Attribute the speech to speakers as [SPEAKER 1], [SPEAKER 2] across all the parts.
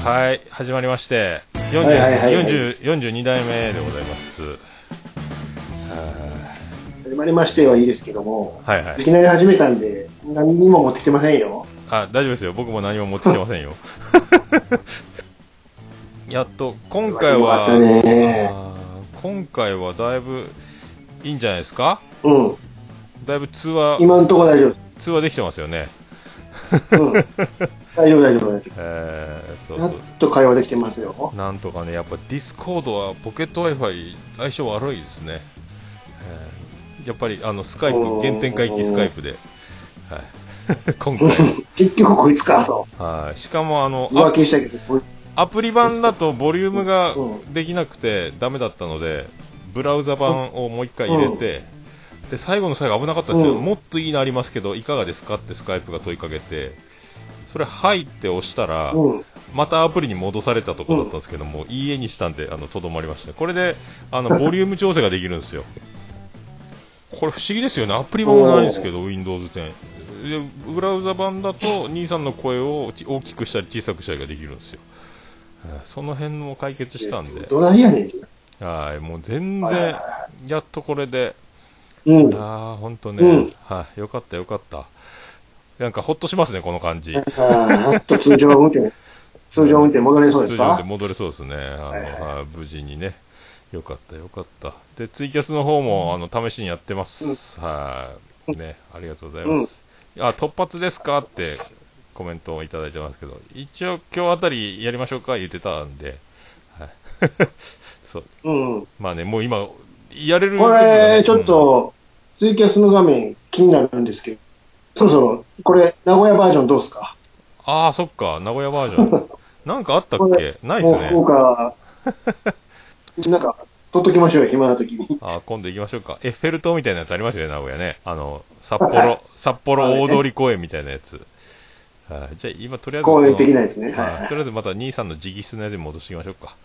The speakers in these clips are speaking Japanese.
[SPEAKER 1] はい、始まりまして、42代目でございます。
[SPEAKER 2] 始まりましてはいいですけども、
[SPEAKER 1] はいはい。
[SPEAKER 2] いきなり始めたんで、何にも持ってきてませんよ。
[SPEAKER 1] あ、大丈夫ですよ。僕も何も持ってきてませんよ。やっと、今回は、今回はだいぶいいんじゃないですか？
[SPEAKER 2] うん。
[SPEAKER 1] だいぶ通話
[SPEAKER 2] 今のところ大丈夫。
[SPEAKER 1] 通話できてますよね。
[SPEAKER 2] うん。大丈夫、大丈夫、大丈夫。
[SPEAKER 1] そうそう。
[SPEAKER 2] やっと会話できてますよ。
[SPEAKER 1] なんとかね、やっぱディスコードはポケット Wi-Fi 相性悪いですね。やっぱりスカイプ、原点回帰スカイプで。はい、今回
[SPEAKER 2] 結局こいつかと。
[SPEAKER 1] はい。しかも
[SPEAKER 2] 浮気したけど、
[SPEAKER 1] アプリ版だとボリュームができなくてダメだったので、ブラウザ版をもう一回入れて、で最後の最後危なかったですよ。もっといいのありますけどいかがですかってスカイプが問いかけて、それ入って押したら、またアプリに戻されたところだったんですけども、いい絵にしたんでとどまりました。これでボリューム調整ができるんですよ。これ不思議ですよね。アプリ版はないんですけど Windows 10でブラウザ版だと兄さんの声を大きくしたり小さくしたりができるんですよ。その辺も解決したんで、
[SPEAKER 2] どないやねん。
[SPEAKER 1] はい、もう全然やっとこれで、本当ね、はい、よかったよかった。なんかほっとしますねこの感じ。
[SPEAKER 2] やっと通常運転戻れそうですか？
[SPEAKER 1] 通常運転戻れそうですね。無事にね。よかったよかった。でツイキャスの方も試しにやってます。はいね、ありがとうございます。突発ですかってコメントをいただいてますけど、一応今日あたりやりましょうか言ってたんで、はい、そう、まあね、もう今やれる、
[SPEAKER 2] これちょっとツイキャスの画面気になるんですけど、そろそろこれ名古屋バージョンどうですか？
[SPEAKER 1] ああ、そっか、名古屋バージョンなんかあったっけ？ないっすね。
[SPEAKER 2] なんか撮っときましょうよ、暇な時に。
[SPEAKER 1] 今度行きましょうか。エッフェル塔みたいなやつありますよね、名古屋ね。札幌大通公園みたいなやつ。じゃあ今とりあえず
[SPEAKER 2] 公園的なですね。
[SPEAKER 1] とりあえずまた兄さんの直筆のやつに戻していきましょうか。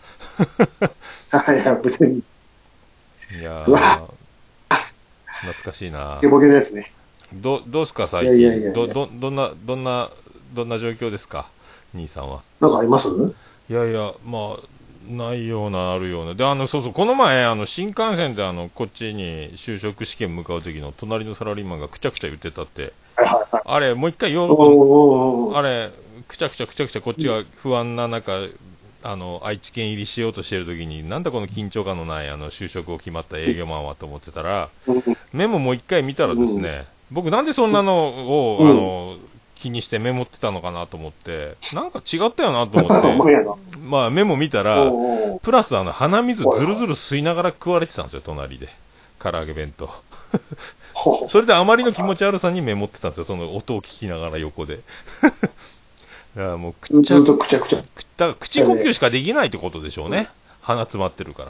[SPEAKER 2] 別に。
[SPEAKER 1] いやー、懐かしいな。
[SPEAKER 2] ボケボケのやつね。
[SPEAKER 1] どうすか最近。どんな状況ですか、兄さんは。
[SPEAKER 2] なんかあります？
[SPEAKER 1] いやいや、まあないようなあるような。でそうそう、この前新幹線でこっちに就職試験向かう時の隣のサラリーマンがくちゃくちゃ言ってたって。あれもう一回あれくちゃくちゃこっちが不安な中、愛知県入りしようとしてる時に、なんだこの緊張感のない就職を決まった営業マンはと思ってたら、メモもう一回見たらですね、僕なんでそんなのを気にしてメモってたのかなと思って、なんか違ったよなと思ってまあメモ見たら、プラス鼻水ずるずる吸いながら食われてたんですよ、隣で唐揚げ弁当それであまりの気持ち悪さにメモってたんですよ、その音を聞きながら横でだからもう
[SPEAKER 2] ずっとくちゃくちゃ。
[SPEAKER 1] だから口呼吸しかできないってことでしょうね。鼻詰まってるから。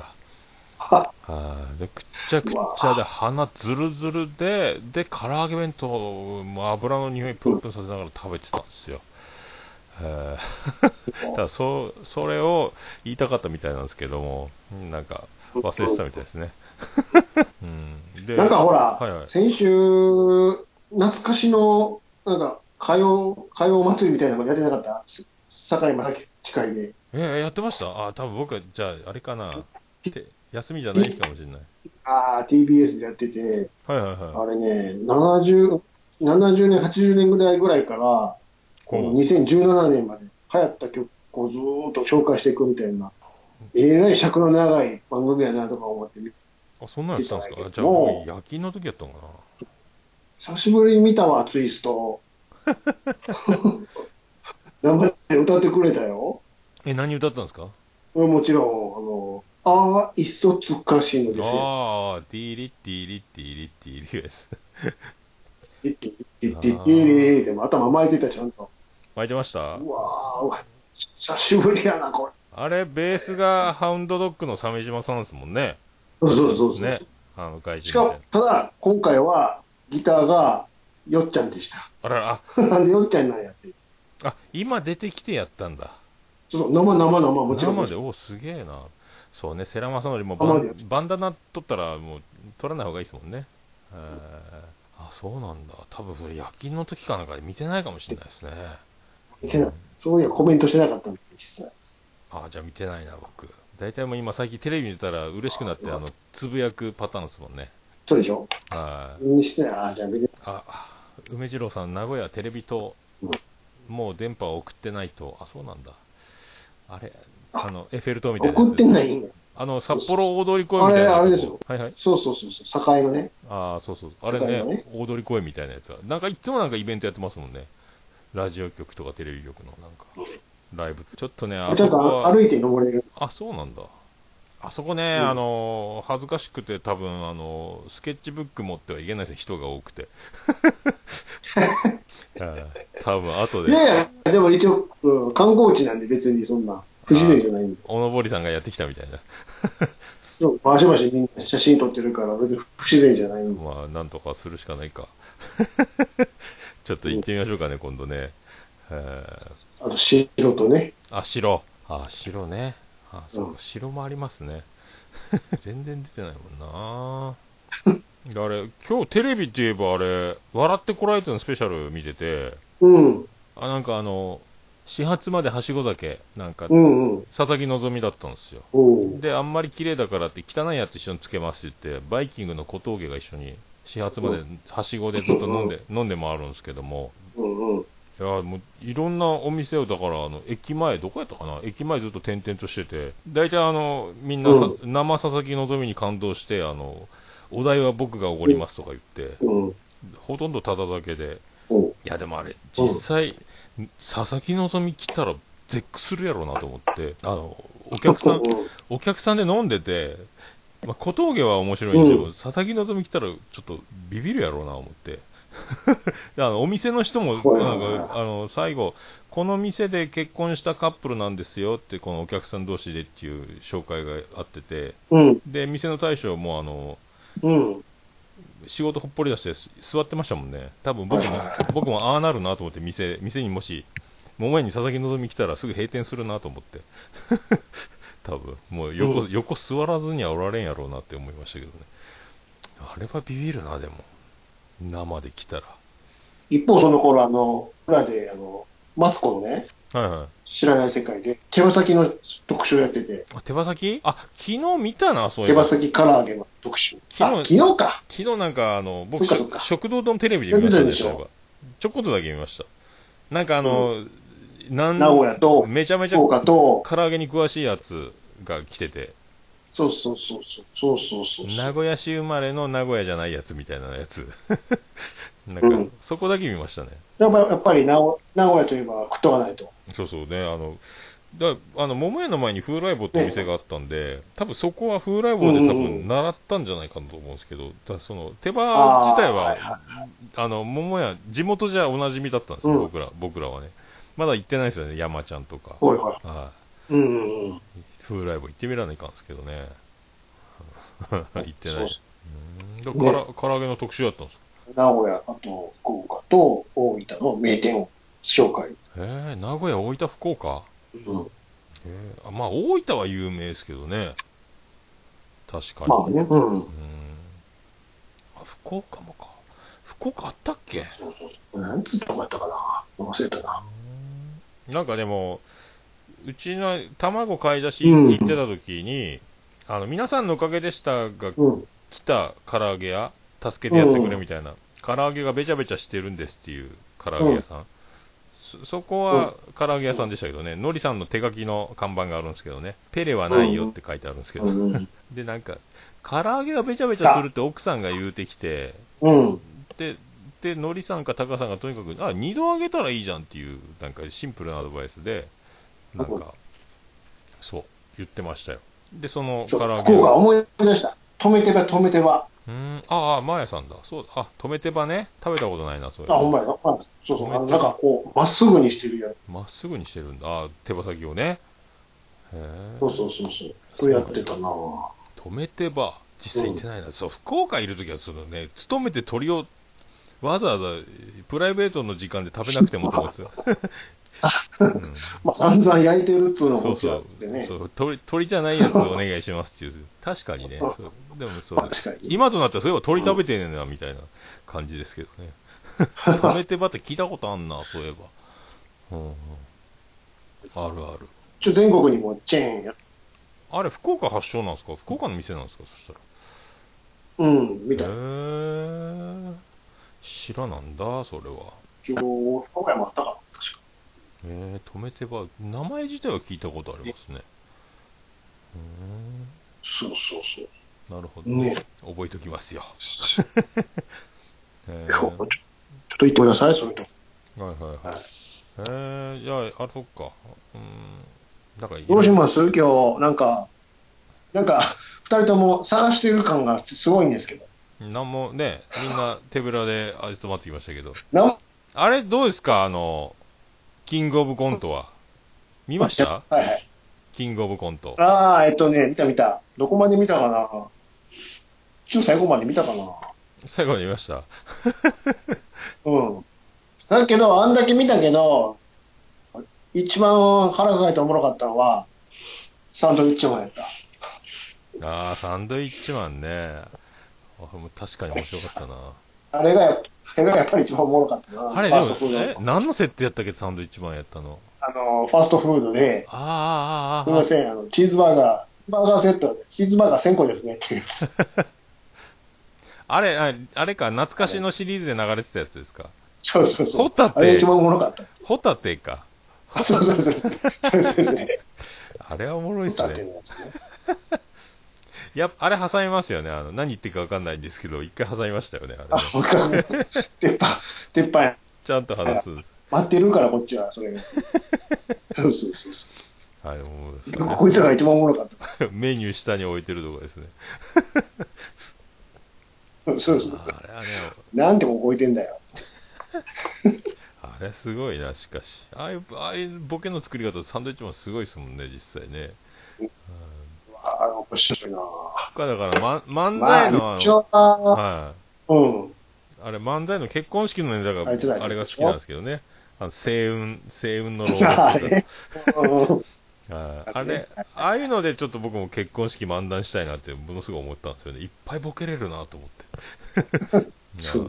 [SPEAKER 1] でくっちゃくちゃで鼻ズルズルで唐揚げ弁当も油の匂いプンプンさせながら食べてたんですよ。ただそれを言いたかったみたいなんですけども、なんか忘れてたみたいですね。
[SPEAKER 2] なんかほら、先週懐かしのなんか歌謡祭りみたいなのやってなかった？堺正樹会で。
[SPEAKER 1] やってました？多分僕じゃああれかな。休みじゃないかもしれない。
[SPEAKER 2] TBS でやってて、あれね、70年、80年ぐらいから、2017年まで流行った曲をずーっと紹介していくみたいな、らい尺の長い番組やなとか思って見てた。
[SPEAKER 1] そんなんやってたんですか？じゃあ僕夜勤の時やったのかな。
[SPEAKER 2] 久しぶりに見たわ、ツイスト。生で歌ってくれたよ。
[SPEAKER 1] 何歌ったんですか？
[SPEAKER 2] もちろん、いっそつかしいのですよ。
[SPEAKER 1] ティーリティーリティーリティーリです。
[SPEAKER 2] ティッティッティッティリでも頭巻いてた、ちゃんと。
[SPEAKER 1] 巻いてました？
[SPEAKER 2] うわ久しぶりやな、これ。
[SPEAKER 1] あれ、ベースがハウンドドッグの鮫島さんですもんね。
[SPEAKER 2] そう
[SPEAKER 1] ね。
[SPEAKER 2] しかも、ただ、今回は、ギターが、よっちゃんでした。
[SPEAKER 1] あら
[SPEAKER 2] なんでよっちゃんなんやって。
[SPEAKER 1] 今出てきてやったんだ。
[SPEAKER 2] そう、生、もちろん。
[SPEAKER 1] 生で、すげえな。そうね、世良正則もバンダナ取ったら、もう、取らない方がいいですもんね。そうなんだ。多分それ夜勤の時かなんかで見てないかもしれないですね。
[SPEAKER 2] そういやコメントしてなかったんです。
[SPEAKER 1] あ、じゃあ見てないな、僕。大体もう今最近テレビ見たら嬉しくなって、つぶやくパターンですもんね。
[SPEAKER 2] そうでしょ。
[SPEAKER 1] はい。
[SPEAKER 2] にしてじゃあ見て。
[SPEAKER 1] 梅次郎さん、名古屋テレビ塔、
[SPEAKER 2] うん、
[SPEAKER 1] もう電波を送ってないと、そうなんだ。あれ、エッフェル塔みたいなやつ。
[SPEAKER 2] 送ってないんだ。
[SPEAKER 1] 札幌大通公園みたいな
[SPEAKER 2] あれですよ。
[SPEAKER 1] はいはい。
[SPEAKER 2] そう、境のね。
[SPEAKER 1] そうそう。あれね、大通公園みたいなやつは。なんかいつもなんかイベントやってますもんね。ラジオ局とかテレビ局のなんか、ライブ。ちょっとね、
[SPEAKER 2] ちょっと歩いて登れる。
[SPEAKER 1] そうなんだ。あそこね、恥ずかしくて多分、スケッチブック持ってはいけないですね、人が多くて。多分、後で。
[SPEAKER 2] いやいや、でも一応、観光地なんで別にそんな、不自然じゃないんで。
[SPEAKER 1] おのぼりさんがやってきたみたいな。
[SPEAKER 2] バシバシみんな写真撮ってるから、別に不自然じゃないんで。
[SPEAKER 1] まあ、なんとかするしかないか。ちょっと行ってみましょうかね、今度ね。
[SPEAKER 2] 白とね。
[SPEAKER 1] 白。白ね。そうか、白もありますね。全然出てないもんな。あれ、今日テレビって言えばあれ、笑ってこられてのスペシャル見てて、なんか始発まではしご酒、なんか、佐々木希だったんですよ。で、あんまり綺麗だからって汚いやつ一緒につけますって言って、バイキングの小峠が一緒に始発まではしごでずっと飲んで回るんですけども、いや、もういろんなお店を、だから駅前、どこやったかな、駅前ずっと転々としてて、大体みんな生佐々木希に感動して、お題は僕がおごりますとか言って、ほとんどただ酒で、いやでもあれ、実際、佐々木希来たら絶句するやろうなと思って、お客さんで飲んでて、小峠は面白いんですけど、佐々木希来たらちょっとビビるやろうな思って。お店の人も、なんか、最後、この店で結婚したカップルなんですよって、このお客さん同士でっていう紹介があってて、で、店の大将も仕事ほっぽり出して座ってましたもんね。多分僕もああなるなと思って、店にもし、桃屋に佐々木希来たらすぐ閉店するなと思って。多分、もう横座らずにはおられんやろうなって思いましたけどね。あれはビビるな、でも。生で来たら。
[SPEAKER 2] 一方その頃裏でマツコのね、知らない世界で手羽先の特集やってて。
[SPEAKER 1] 手羽先？昨日見たな、そういう。
[SPEAKER 2] 手羽先唐揚げの特集。昨日か。
[SPEAKER 1] 昨日なんか僕食堂のテレビで見ましたね。ちょこっとだけ見ました。なんか
[SPEAKER 2] 名古屋と
[SPEAKER 1] めちゃめちゃ唐揚げに詳しいやつが来てて。
[SPEAKER 2] そう。
[SPEAKER 1] 名古屋市生まれの名古屋じゃないやつみたいなやつ。なんか、そこだけ見ましたね。
[SPEAKER 2] やっぱり名古屋といえば食っとかないと。
[SPEAKER 1] そうね。桃屋の前に風来坊ってお店があったんで、多分そこは風来坊で多分習ったんじゃないかと思うんですけど、その手羽自体は、桃屋、地元じゃおなじみだったんですよ、僕らはね。まだ行ってないですよね、山ちゃんとか。風来坊行ってみらないかんですけどね。行ってない。唐揚げの特集だったんですか？
[SPEAKER 2] 名古屋、あと福岡と大分の名店を紹介。
[SPEAKER 1] 名古屋、大分、福岡。まあ大分は有名ですけどね。確かに。
[SPEAKER 2] まあね。
[SPEAKER 1] 福岡もか。福岡あったっけ？
[SPEAKER 2] なんつったかったかな。忘れたな。
[SPEAKER 1] なんかでも、うちの卵買い出し行ってた時に、皆さんのおかげでしたが来た唐揚げ屋、助けてやってくれみたいな、唐揚げがべちゃべちゃしてるんですっていう唐揚げ屋さん。そこは唐揚げ屋さんでしたけどね、のりさんの手書きの看板があるんですけどね、ペレはないよって書いてあるんですけど、で、なんか、唐揚げがべちゃべちゃするって奥さんが言うてきて、で、のりさんかタカさんがとにかく、二度揚げたらいいじゃんっていう、なんかシンプルなアドバイスで、なんか、そう、言ってましたよ。で、その唐揚げ
[SPEAKER 2] を。思い出した。止めてば。
[SPEAKER 1] マーヤさんだ。そうだ。止めてばね。食べたことないな、それ。
[SPEAKER 2] ほんまやな。そう。なんかこう、まっすぐにしてるやつ。
[SPEAKER 1] まっすぐにしてるんだ。手羽先をね。
[SPEAKER 2] そう。これやってたな。
[SPEAKER 1] 止めてば。実際行ってないな。そう、福岡いるときは、そのね、勤めて鳥を、わざわざプライベートの時間で食べなくてもと思ってた。
[SPEAKER 2] まあ散々焼いてるっつうのもそう
[SPEAKER 1] 鳥じゃないやつお願いしますっていう。確かにね。でもそう。今となってはそういえば鳥食べてんねんなみたいな感じですけどね。止めてばって聞いたことあんな、そういえば。あるある。
[SPEAKER 2] 全国にもチェーンや。
[SPEAKER 1] あれ、福岡発祥なんですか？福岡の店なんですか？そしたら。
[SPEAKER 2] うん、みたい。
[SPEAKER 1] 知らなんだ、それは。
[SPEAKER 2] 今日、福岡もあったかな、確か。
[SPEAKER 1] 止めてば、名前自体は聞いたことありますね。
[SPEAKER 2] そうそうそう。
[SPEAKER 1] なるほどね。覚えておきますよ。
[SPEAKER 2] ちょっと言ってください、それと。
[SPEAKER 1] はいはいはい。じゃあ、そっか。だから
[SPEAKER 2] どうします今日、なんか、二人とも探してる感がすごいんですけど。
[SPEAKER 1] なんもね、みんな手ぶらで集まってきましたけど。
[SPEAKER 2] あ
[SPEAKER 1] れ、どうですかキングオブコントは。見ました？
[SPEAKER 2] はいはい。
[SPEAKER 1] キングオブコント。
[SPEAKER 2] 見た。どこまで見たかな？最後まで見たかな？
[SPEAKER 1] 最後まで見ました。
[SPEAKER 2] うん。だけど、あんだけ見たけど、一番腹抱えておもろかったのは、サンドウィッチマンやった。
[SPEAKER 1] サンドウィッチマンね。確かに面白かったな。
[SPEAKER 2] あれがやっぱり一番おもろかったな。
[SPEAKER 1] あれ、でも、何の設定やったっけ、サンドウィッチマンやったの。
[SPEAKER 2] ファーストフードで、すみません、チーズバーガーセットで、チーズバーガー1000個ですねっていうやつ。
[SPEAKER 1] あれか、懐かしのシリーズで流れてたやつですか。
[SPEAKER 2] そうそうそう。
[SPEAKER 1] ホタテ。
[SPEAKER 2] あれ一番おもろかった。
[SPEAKER 1] ホタテか。
[SPEAKER 2] そう
[SPEAKER 1] あれはおもろいっすね。ホタテのやつね。あれ挟みますよね。何言ってるか分かんないんですけど、一回挟みましたよね。あれね。
[SPEAKER 2] 鉄板や。
[SPEAKER 1] ちゃんと話す。
[SPEAKER 2] 待ってるから、こっちは、それが。そう。
[SPEAKER 1] はい、も
[SPEAKER 2] うこいつが一番おもろかった。
[SPEAKER 1] メニュー下に置いてるとこですね。
[SPEAKER 2] そう。あれはね。なんでも置いてんだよ。
[SPEAKER 1] あれすごいな、しかし。ああいうボケの作り方、サンドイッチマンすごいですもんね、実際ね。
[SPEAKER 2] 面白いな。
[SPEAKER 1] だから、漫才のはい。あれ、漫才の結婚式のネタが、あれが好きなんですけどね。星雲のロードあれ、ああいうのでちょっと僕も結婚式漫談したいなってものすごい思ったんですよね。いっぱいボケれるなと思って。そう、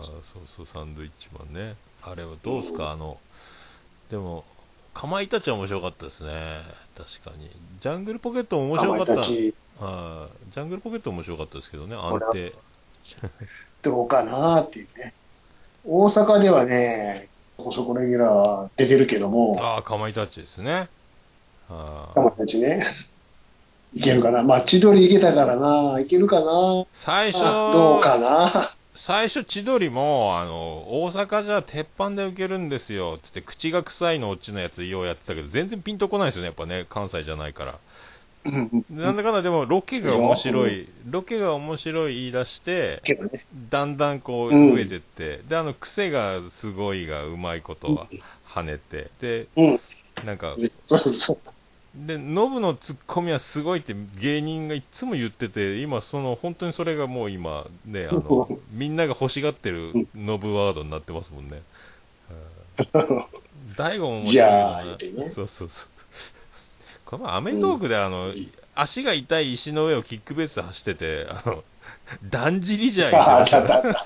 [SPEAKER 1] サンドイッチマンね。あれはどうすかでも、かまいたちは面白かったですね。確かに。ジャングルポケットも面白かった。ジャングルポケット面白かったですけどね、安定。
[SPEAKER 2] どうかなっていうね。大阪ではね、そこそこレギュラー出てるけども。
[SPEAKER 1] かまいたちですね。
[SPEAKER 2] かまいたちね。いけるかな。まあ、千鳥いけたからな。いけるかな。
[SPEAKER 1] 最初、
[SPEAKER 2] どうかな。
[SPEAKER 1] 最初千鳥も、大阪じゃ鉄板で受けるんですよ。つって口が臭いのオチのやつようやってたけど、全然ピンとこないですよね。やっぱね、関西じゃないから。なんだかんだでもロケが面白い言い出して、だんだんこう増えてって、で、癖がすごいがうまいことは跳ねて、で、なんか、で、ノブのツッコミはすごいって芸人がいつも言ってて、今本当にそれがもう今、ね、みんなが欲しがってるノブワードになってますもんね。大悟も面白いな。そう。このアメトークで足が痛い石の上をキックベースで走ってて、だんじりじゃ言ってました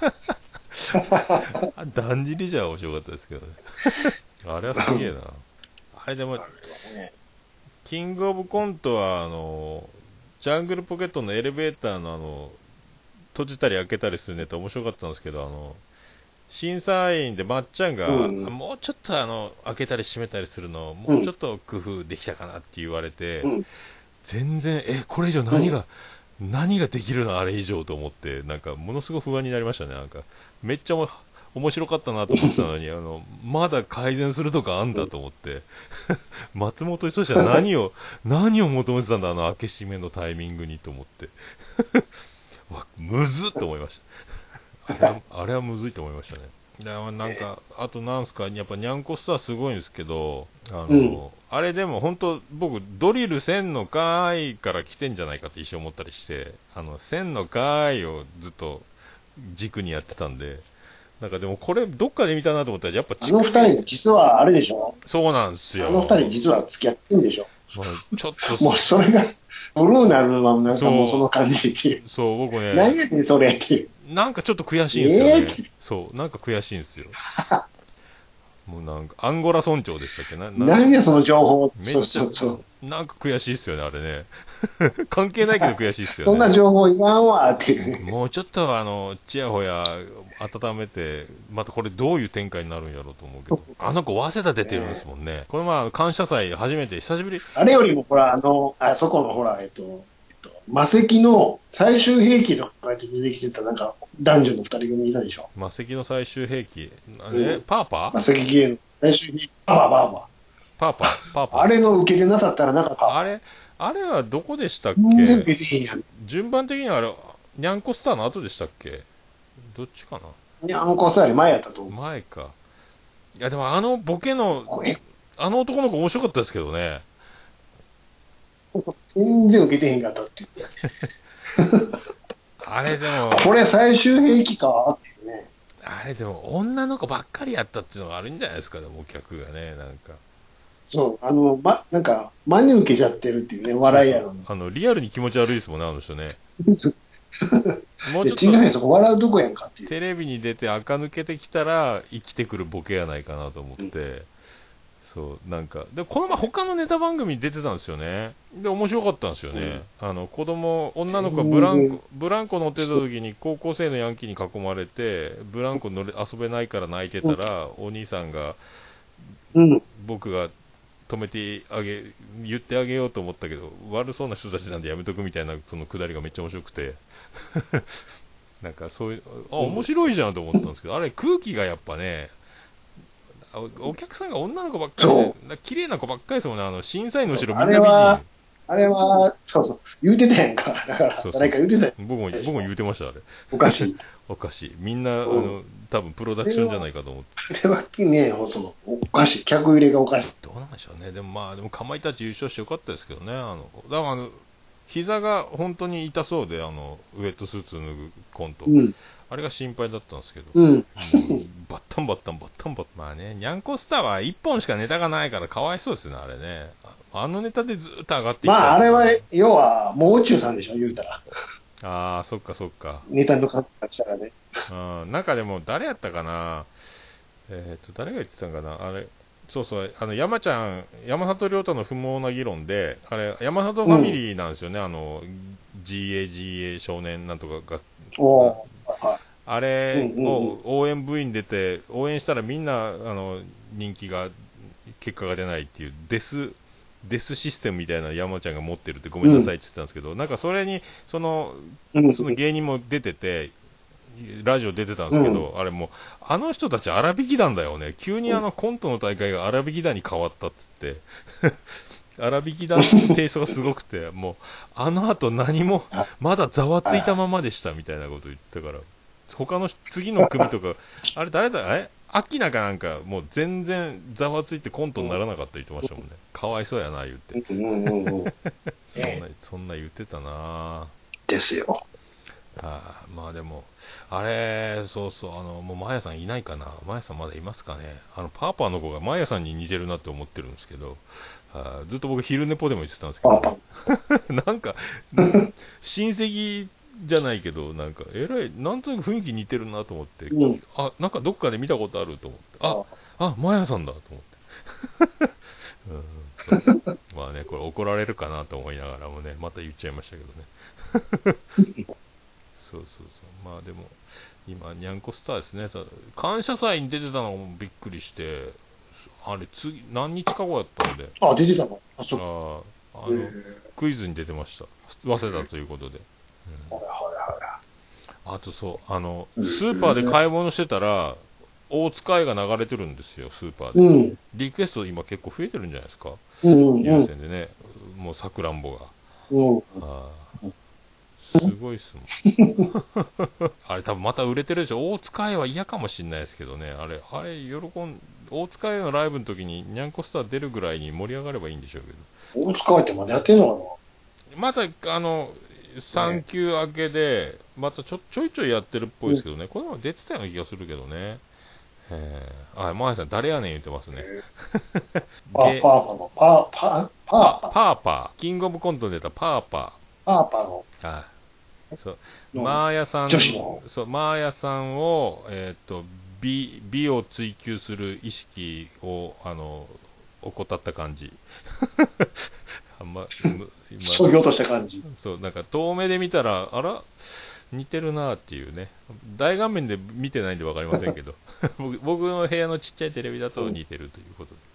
[SPEAKER 1] ね。だんじりじゃ面白かったですけどね。あれはすげえな。あれでも、キングオブコントは、ジャングルポケットのエレベーターの閉じたり開けたりするネタ面白かったんですけど、審査員でまっちゃんが、もうちょっと開けたり閉めたりするのもうちょっと工夫できたかなって言われて、全然これ以上何ができるのあれ以上と思って、なんかものすごく不安になりましたね。なんかめっちゃ面白かったなと思ってたのにまだ改善するとかあんだと思って松本人志は何を求めてたんだ、開け閉めのタイミングにと思ってむずっと思いましたあれはむずいと思いましたね。なんかあとなんすか、やっぱニャンコスターすごいんですけど、あれでも本当僕ドリル1000の回から来てんじゃないかって一瞬思ったりして、1000の回をずっと軸にやってたんで、なんかでもこれどっかで見たなと思ったら、やっぱ
[SPEAKER 2] あの二人実はあれでしょ。
[SPEAKER 1] そうなんですよ。
[SPEAKER 2] あの二人実は付き合ってんでしょ。
[SPEAKER 1] ちょっと
[SPEAKER 2] もうそれがブルーなるのはなんかもうその感じっていう。
[SPEAKER 1] そう僕ね。
[SPEAKER 2] 何やねんそれっていう。
[SPEAKER 1] なんかちょっと悔しいんですよね。そうなんか悔しいんですよ。 もうなんか、アンゴラ村長でしたっけ
[SPEAKER 2] 何やその情報。
[SPEAKER 1] めっちゃ、なんか悔しいっすよね、あれね。関係ないけど悔しいっすよね。
[SPEAKER 2] そんな情報いらんわ、っていう。
[SPEAKER 1] もうちょっとちやほや温めて、またこれどういう展開になるんやろうと思うけど。あの子、早稲田出てるんですもんね。この感謝祭初めて、久しぶり。
[SPEAKER 2] あれよりも、ほら、そこの、ほら、魔石の最終兵器とかで出てきてた、なんか、男女の二人組いたでしょ。
[SPEAKER 1] 魔石の最終兵器。あれ、パーパー
[SPEAKER 2] 魔石ゲーの最終兵器。パーパー。
[SPEAKER 1] パーパー、パーパー。
[SPEAKER 2] あれの受けてなさったらなかった。
[SPEAKER 1] あれはどこでしたっけ？
[SPEAKER 2] 全然受けてへんやん。
[SPEAKER 1] 順番的にはあれ、ニャンコスターの後でしたっけ？どっちかな？
[SPEAKER 2] ニャンコスターより前やったと思う。
[SPEAKER 1] 前か。いや、でもボケの、あの男の子面白かったですけどね。
[SPEAKER 2] 全然受けてへんかったっていう。
[SPEAKER 1] あれでも。
[SPEAKER 2] これ最終兵器かっていうね。
[SPEAKER 1] あれでも女の子ばっかりやったっていうのがあるんじゃないですか、でもお客がね、なんか。
[SPEAKER 2] そう、なんか、真に受けちゃってるっていうね、笑いやろ。
[SPEAKER 1] リアルに気持ち悪いですもんね、あの人ね。
[SPEAKER 2] もうちょっと。違うよ、そこ笑うとこやんかっていう。
[SPEAKER 1] テレビに出て垢抜けてきたら、生きてくるボケやないかなと思って。そう、なんか。で、この前他のネタ番組に出てたんですよね。で、面白かったんですよね。女の子がブランコ乗ってた時に高校生のヤンキーに囲まれて、ブランコ遊べないから泣いてたら、お兄さんが、僕が止めて言ってあげようと思ったけど、悪そうな人たちなんでやめとくみたいな、そのくだりがめっちゃ面白くて。なんかそういう、面白いじゃんと思ったんですけど、あれ空気がやっぱね、お客さんが女の子ばっかりで、綺麗な子ばっかりですもんね、審査員の後ろみんな美人。
[SPEAKER 2] あれは、そうそう、言うてたやんか。だから、誰か言うてたやん。
[SPEAKER 1] 僕も言うてました、あれ。
[SPEAKER 2] おかしい。
[SPEAKER 1] おかしい。みんな、多分プロダクションじゃないかと思って。
[SPEAKER 2] あれはね、おかしい。客入れがおかしい。
[SPEAKER 1] どうなんでしょうね。でもかまいたち優勝してよかったですけどね。だから膝が本当に痛そうで、ウェットスーツ脱ぐコント。あれが心配だったんですけど。バッタンバッタン。まあね、ニャンコスターは1本しかネタがないからかわいそうですよね、あれね。あのネタでずっと上がってきた。
[SPEAKER 2] まあ、あれは、要は、もう宇宙さんでしょ、言うたら。
[SPEAKER 1] ああ、そっか。
[SPEAKER 2] ネタの方からしたらね。
[SPEAKER 1] なんかでも、誰やったかな。誰が言ってたんかな。あれ、そうそう、山里亮太の不毛な議論で、あれ、山里ファミリーなんですよね、GA 少年なんとかが。あれを応援部員出て、応援したらみんな、人気が、結果が出ないっていう、デスシステムみたいな山ちゃんが持ってるってごめんなさいって言ってたんですけど、なんかそれに、その芸人も出てて、ラジオ出てたんですけど、あれもう、あの人たち荒引き団だよね。急にコントの大会が荒引き団に変わったっつって、荒引き団のテイストがすごくて、もう、あの後何も、まだざわついたままでしたみたいなこと言ってたから、他の次の組とか、あれ誰だ、アキナかなんか、もう全然ざわついてコントにならなかった言ってましたもんね。かわいそうやな、言って。そんな言ってたな
[SPEAKER 2] ですよ。
[SPEAKER 1] まあでも、あれ、そうそう、もうマヤさんいないかな。マヤさんまだいますかね。パーパーの子がマヤさんに似てるなって思ってるんですけど、ずっと僕昼寝ぽでも言ってたんですけど、なんか、親戚じゃないけど、なんか、なんとなく雰囲気似てるなと思って、なんかどっかで見たことあると思って、マヤさんだと思って。まあね、これ怒られるかなと思いながらもね、また言っちゃいましたけどね。そう。まあでも、今、ニャンコスターですね。感謝祭に出てたのもびっくりして、あれ、何日か後やったんで。
[SPEAKER 2] 出てたの？そう。
[SPEAKER 1] クイズに出てました。早稲田ということで。あとそう、スーパーで買い物してたら、大塚愛が流れてるんですよ、スーパーで。リクエスト今結構増えてるんじゃないですか。優先でね、もうさくらんぼが。すごいっすもん。あれ多分また売れてるでしょ。大塚愛は嫌かもしんないですけどね。大塚愛のライブの時にニャンコスター出るぐらいに盛り上がればいいんでしょうけ
[SPEAKER 2] ど。大塚愛ってまだやってんのか
[SPEAKER 1] な。また、産休明けで、またちょいちょいやってるっぽいですけどね。これも出てたような気がするけどね。マーさん誰やねん言ってますね。
[SPEAKER 2] パー
[SPEAKER 1] パー。キングオブコントで出たパーパー。
[SPEAKER 2] パーパーの。そう。
[SPEAKER 1] マーヤさんを、 美を追求する意識を、怠った感じ。あんま、
[SPEAKER 2] そぎ落とした感じ。
[SPEAKER 1] そう、なんか遠目で見たら、あら似てるなっていうね。大画面で見てないんで分かりませんけど。僕の部屋のちっちゃいテレビだと似てるという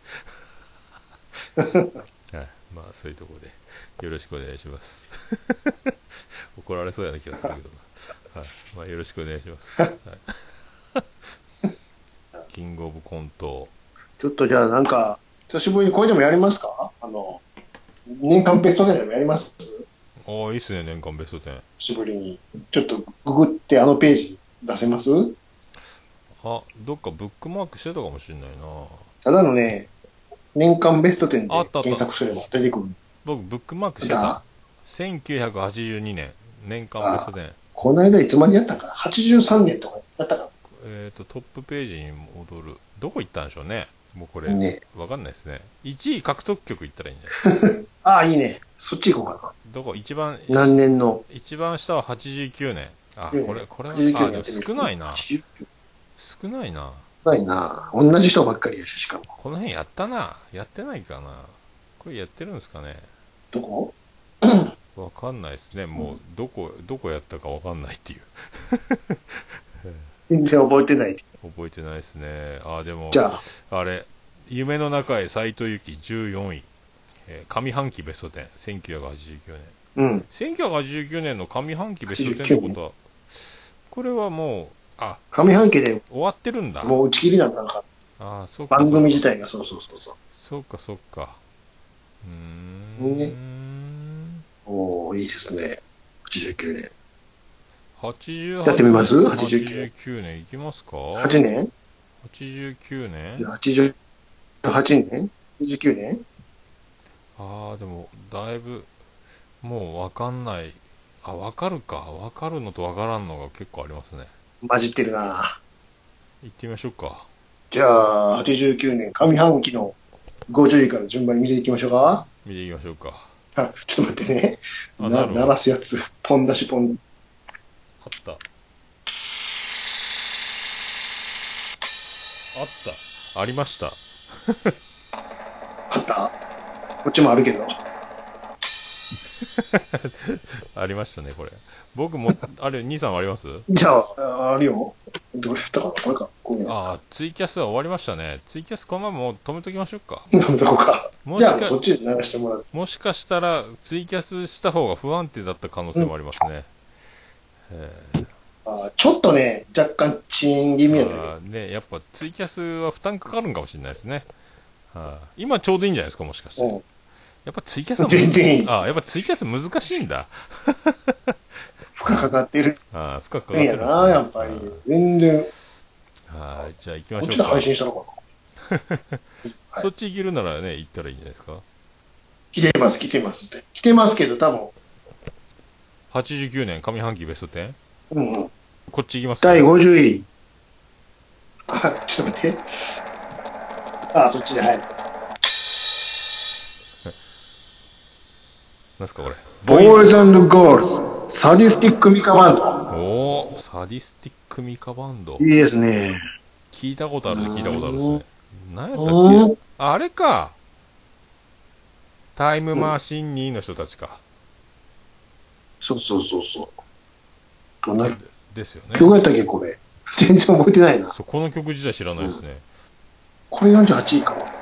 [SPEAKER 1] ことで。はい。まあ、そういうところで、よろしくお願いします。怒られそうやな気がするけどな。はい。まあ、よろしくお願いします。はい、キングオブコント。
[SPEAKER 2] ちょっとじゃあなんか、久しぶりにこれでもやりますか？年間ベスト10でもやります？
[SPEAKER 1] ああ、いいっすね、年間ベスト10。
[SPEAKER 2] 久しぶりに。ちょっとググってページ出せます？
[SPEAKER 1] あ、どっかブックマークしてたかもしれないな。
[SPEAKER 2] ただのね、年間ベスト10で検索すれば出てくる。
[SPEAKER 1] 僕、ブックマークしてた。1982年、年間ベスト10。
[SPEAKER 2] この間いつまでやったか ?83 年とかやったか。
[SPEAKER 1] トップページに戻る。どこ行ったんでしょうね。もうこれ、
[SPEAKER 2] ね、
[SPEAKER 1] わかんないですね。1位獲得曲行ったらいいんじゃないですか。
[SPEAKER 2] ああ、いいね。そっち行こうかな。
[SPEAKER 1] どこ一番、
[SPEAKER 2] 何年の
[SPEAKER 1] 一番下は89年。あ、これは、あ、でも少ないな。少ないな。
[SPEAKER 2] 少ないな。同じ人ばっかりやし、しかも。
[SPEAKER 1] この辺やったな。やってないかな。これやってるんですかね。
[SPEAKER 2] どこ？
[SPEAKER 1] わかんないですね。もう、どこやったかわかんないっていう。
[SPEAKER 2] 全然覚えてない。
[SPEAKER 1] 覚えてないですね。あ、でも、
[SPEAKER 2] じゃあ、
[SPEAKER 1] あれ、夢の中へ斎藤由貴14位。上半期ベスト10、1989年。
[SPEAKER 2] うん。
[SPEAKER 1] 1989年の上半期ベスト10ってことは、これはもう、あ、
[SPEAKER 2] 上半期で
[SPEAKER 1] 終わってるんだ。
[SPEAKER 2] もう打ち切りなんだか。
[SPEAKER 1] あ、そうか。
[SPEAKER 2] 番組自体がそう。
[SPEAKER 1] そうか、そうか。
[SPEAKER 2] ね、おー、いいですね。89年。
[SPEAKER 1] 88
[SPEAKER 2] やってみます？
[SPEAKER 1] 89年いきますか？
[SPEAKER 2] 8年
[SPEAKER 1] ?89 年
[SPEAKER 2] ?88 年 ?29 年
[SPEAKER 1] ああ、でも、だいぶ、もうわかんない。あ、わかるか。わかるのとわからんのが結構ありますね。
[SPEAKER 2] 混じってるな。
[SPEAKER 1] 行ってみましょうか。
[SPEAKER 2] じゃあ、89年上半期の50位から順番に見ていきましょうか。
[SPEAKER 1] 見ていきましょうか。
[SPEAKER 2] あ、ちょっと待ってね。鳴らすやつ。ポン出しポン。
[SPEAKER 1] あった。あった。ありました。
[SPEAKER 2] あった？こっちもあるけど。
[SPEAKER 1] ありましたね、これ。僕も、あれ、兄さんあります？
[SPEAKER 2] じゃあ、あるよ。どうやったかなこれか。
[SPEAKER 1] ああ、ツイキャスは終わりましたね。ツイキャスこのままもう止めときましょうか。
[SPEAKER 2] 止めとこうか。じゃあ、こっちで流してもらう。
[SPEAKER 1] もしかしたら、ツイキャスした方が不安定だった可能性もありますね。
[SPEAKER 2] ちょっとね、若干遅延気味やったけど。
[SPEAKER 1] ね、やっぱツイキャスは負担かかるんかもしれないですね。今ちょうどいいんじゃないですか、もしかして。やっぱツイキャスは
[SPEAKER 2] 全然いい。
[SPEAKER 1] やっぱツイキャス難しいんだ。
[SPEAKER 2] 負荷かかってる。
[SPEAKER 1] 負荷かかってる。
[SPEAKER 2] やな、やっぱり。全然。
[SPEAKER 1] じゃあ行きましょうか。
[SPEAKER 2] こっちで配信したのか
[SPEAKER 1] な。そっち行けるならね、行ったらいいんじゃないですか。
[SPEAKER 2] 来てますって。来てますけど、多分。
[SPEAKER 1] 89年上半期ベスト 10？
[SPEAKER 2] うんうん。
[SPEAKER 1] こっち行きますか。
[SPEAKER 2] 第50位。ちょっと待って。そっちで、はい。
[SPEAKER 1] なんすか、これ。
[SPEAKER 2] ボーイズ&ゴールズ、サディスティックミカバンド。
[SPEAKER 1] おー、サディスティックミカバンド。
[SPEAKER 2] いいですね。
[SPEAKER 1] 聞いたことあるですね。何やったっけ？あれか。タイムマシン2の人たちか。
[SPEAKER 2] そう。どんな
[SPEAKER 1] ですよね。
[SPEAKER 2] 曲やったっけ、これ。全然覚えてないな。
[SPEAKER 1] この曲自体知らないですね。
[SPEAKER 2] これ48位かな。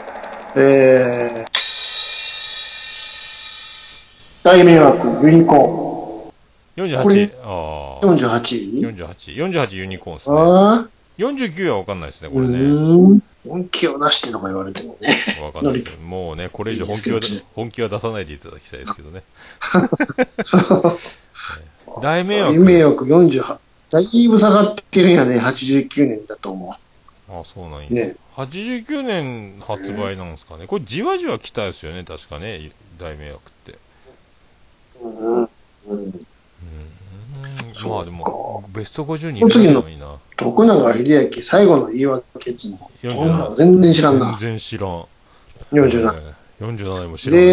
[SPEAKER 2] 大迷惑、ユニコ
[SPEAKER 1] ーン。48。48ユニコーンですね。49は分かんないですね、これね。
[SPEAKER 2] 本気を出してとか言われてもね。
[SPEAKER 1] 分かんないですよ。もうね、これ以上本気は出さないでいただきたいですけどね。大迷惑。
[SPEAKER 2] 大迷惑48。だいぶ下がってるんやね、89年だと思う。
[SPEAKER 1] そうなんや。
[SPEAKER 2] ね、
[SPEAKER 1] 89年発売なんですかね。これじわじわ来たですよね、確かね、大迷惑って。まあでも、ベスト50に入れるのいいな。
[SPEAKER 2] 徳永英明、最後の言い訳つも。全然知らんな。
[SPEAKER 1] 全然知らん。
[SPEAKER 2] 47。
[SPEAKER 1] 47も知らん。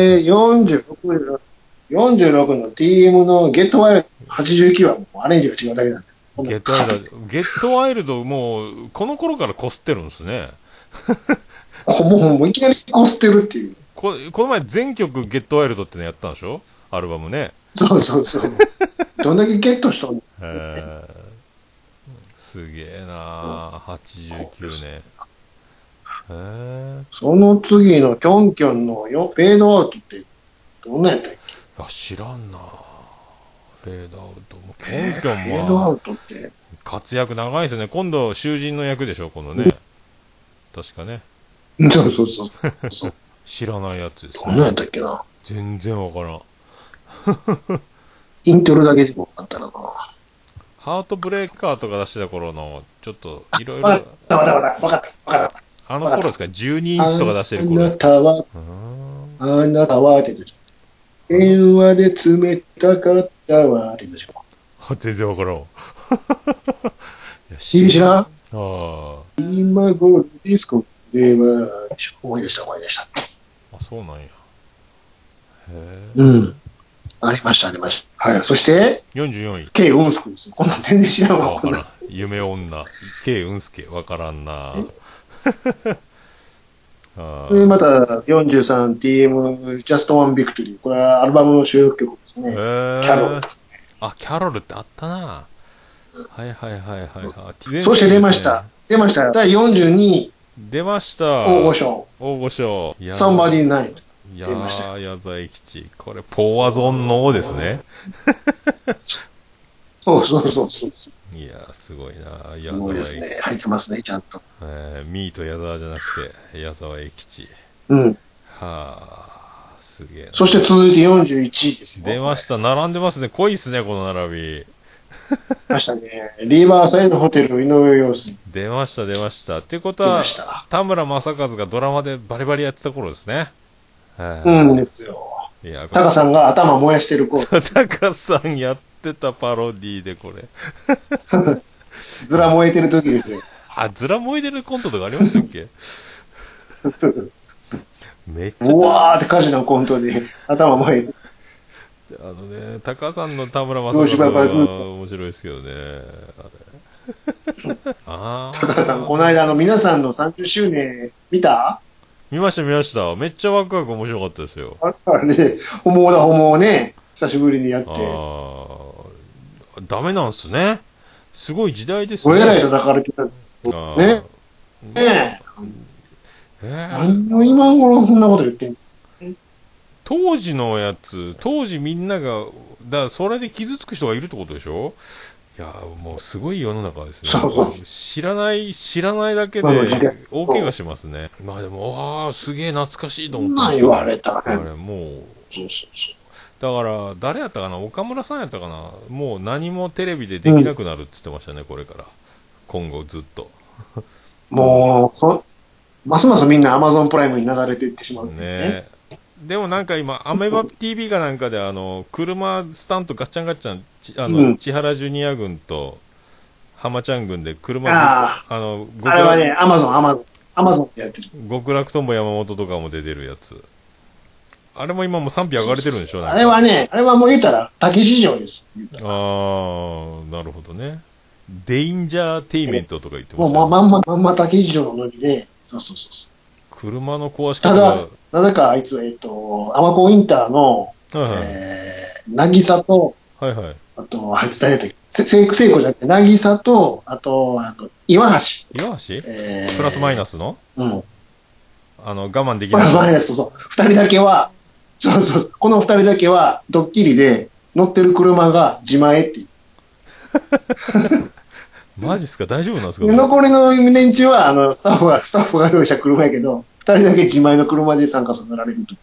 [SPEAKER 2] で、46の TM のゲットワイルド89はもうアレンジが違うだけなんです。
[SPEAKER 1] ゲットワイルド、ゲットワイルド、もう、この頃からこすってるんですね。
[SPEAKER 2] もういきなりこすってるっていう。
[SPEAKER 1] この前全曲ゲットワイルドってのやったんでしょ、アルバムね。
[SPEAKER 2] そうそうそう。どんだけゲットしたの？
[SPEAKER 1] すげえなぁ、89年。
[SPEAKER 2] その次のキョンキョンのフェードアウトってどんなやったっけ？
[SPEAKER 1] 知らんなぁ。フェードアウト。キョンキョン
[SPEAKER 2] フェードアウトって
[SPEAKER 1] 活躍長いですね。今度、囚人の役でしょ、このね。確かね。
[SPEAKER 2] そうそうそうそう。
[SPEAKER 1] 知らないやつです、ね。
[SPEAKER 2] どんなやったっけな。
[SPEAKER 1] 全然わからん。
[SPEAKER 2] イントロだけでもあったらな。
[SPEAKER 1] ハートブレーカーとか出してた頃の、ちょっと、いろいろ。
[SPEAKER 2] わかった。
[SPEAKER 1] あの頃ですか、12インチとか出してる頃ですか。
[SPEAKER 2] あなたはって言ってた。電話で冷たかったわって言ってた。
[SPEAKER 1] 全然わからん。
[SPEAKER 2] 知らん？
[SPEAKER 1] ああ。
[SPEAKER 2] 今頃ディスコでは、思い出した。
[SPEAKER 1] あ、そうなんや。へえ。
[SPEAKER 2] うん。ありました。はい。そして、
[SPEAKER 1] 44位。
[SPEAKER 2] K ウンスクです。こんなん全然知らんわ。
[SPEAKER 1] わからん。夢女。K ウンスケ。わからんな。
[SPEAKER 2] で、また 43TM Just One Victory。これはアルバムの収録曲ですね。キャロルですね。
[SPEAKER 1] あ、キャロルってあったな。はい。
[SPEAKER 2] そして出ました。第42位。
[SPEAKER 1] 出ました。
[SPEAKER 2] 大御所。Somebody Night。
[SPEAKER 1] 矢沢吉。これ、ポワゾンのですね。
[SPEAKER 2] そう。
[SPEAKER 1] いや、すごいな。
[SPEAKER 2] すごいですね。入ってますね、ちゃんと。
[SPEAKER 1] ミート矢沢じゃなくて、矢沢永吉。
[SPEAKER 2] うん。
[SPEAKER 1] はあ、すげえな。
[SPEAKER 2] そして続いて41位ですよ。
[SPEAKER 1] 出ました。並んでますね。濃いっすね、この並び。
[SPEAKER 2] ましたね。リバーサイドホテル井上陽水。
[SPEAKER 1] 出ました。ってことは、田村正和がドラマでバリバリやってた頃ですね。
[SPEAKER 2] うんですよ。タカさんが頭燃やしてる頃。
[SPEAKER 1] タカさんやってたパロディーでこれ。
[SPEAKER 2] ずら燃えてる時ですよ。
[SPEAKER 1] ずら燃えてるコントとかありましたっけ？めっちゃ。
[SPEAKER 2] うわーって火事のコントで頭燃えてる。
[SPEAKER 1] タカさんの田村正和は面白いですけどね。
[SPEAKER 2] タカさん、この間皆さんの30周年見た？
[SPEAKER 1] 見ました。めっちゃワクワク面白かったですよ。
[SPEAKER 2] あれ、ホモをね、久しぶりにやって。
[SPEAKER 1] ダメなんすね。すごい時代ですね。
[SPEAKER 2] お偉い叩かれてた。ね。何を今頃そんなこと言ってんの？
[SPEAKER 1] 当時のやつ、当時みんなが、それで傷つく人がいるってことでしょ？いや、もうすごい世の中ですね。知らないだけで大怪我しますね。まあでも、すげえ懐かしいと思ってました。
[SPEAKER 2] 言われたね。
[SPEAKER 1] あれ、もう。だから、誰やったかな、岡村さんやったかな、もう何もテレビでできなくなるって言ってましたね、これから。今後ずっと。
[SPEAKER 2] もう、ますますみんなアマゾンプライムに流れていってしまう
[SPEAKER 1] ね。でもなんか今、アメバ TV かなんかで車スタントガッチャン、千原ジュニア軍と浜ちゃん軍で車
[SPEAKER 2] あれはね、アマゾンってやってる。
[SPEAKER 1] 極楽とんぼ山本とかも出てるやつ。あれも今もう賛否上がれてるんでしょ？
[SPEAKER 2] あれはもう言ったら、滝市場です。
[SPEAKER 1] なるほどね。デインジャーテイメントとか言ってました、ね。
[SPEAKER 2] もうまんま滝市場のノリで、そう。
[SPEAKER 1] 車の壊し方
[SPEAKER 2] が。なぜかあいつ、アマコインターの、渚と、あと、あいつ誰だっけ？聖子じゃなくて、渚と、あと、岩橋。
[SPEAKER 1] プラスマイナスの？
[SPEAKER 2] うん。
[SPEAKER 1] 我慢できない。
[SPEAKER 2] プラスマイナス、そう。二人だけは、この二人だけは、ドッキリで、乗ってる車が自前って。
[SPEAKER 1] マジっすか？大丈夫なんですか？
[SPEAKER 2] 残りの連中は、スタッフが用意した車やけど、二人だけ自前の車で参加させられると。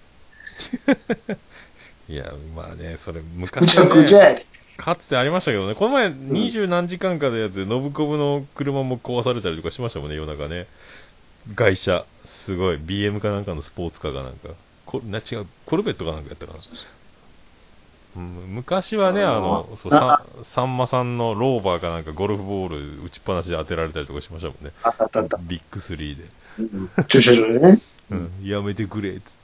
[SPEAKER 1] いや、まあね、それ昔、ね、
[SPEAKER 2] むちゃくちゃや。
[SPEAKER 1] かつてありましたけどね、この前20何時間かのやつで、ノブコブの車も壊されたりとかしましたもんね、夜中ね。外車、すごい、BM かなんかのスポーツカーかなんか。違う、コルベットかなんかやったかな。昔はね、さんまさんのローバーかなんかゴルフボール打ちっぱなしで当てられたりとかしましたもんね。ビッグ3で。
[SPEAKER 2] 駐車場でね。
[SPEAKER 1] やめてくれっつって。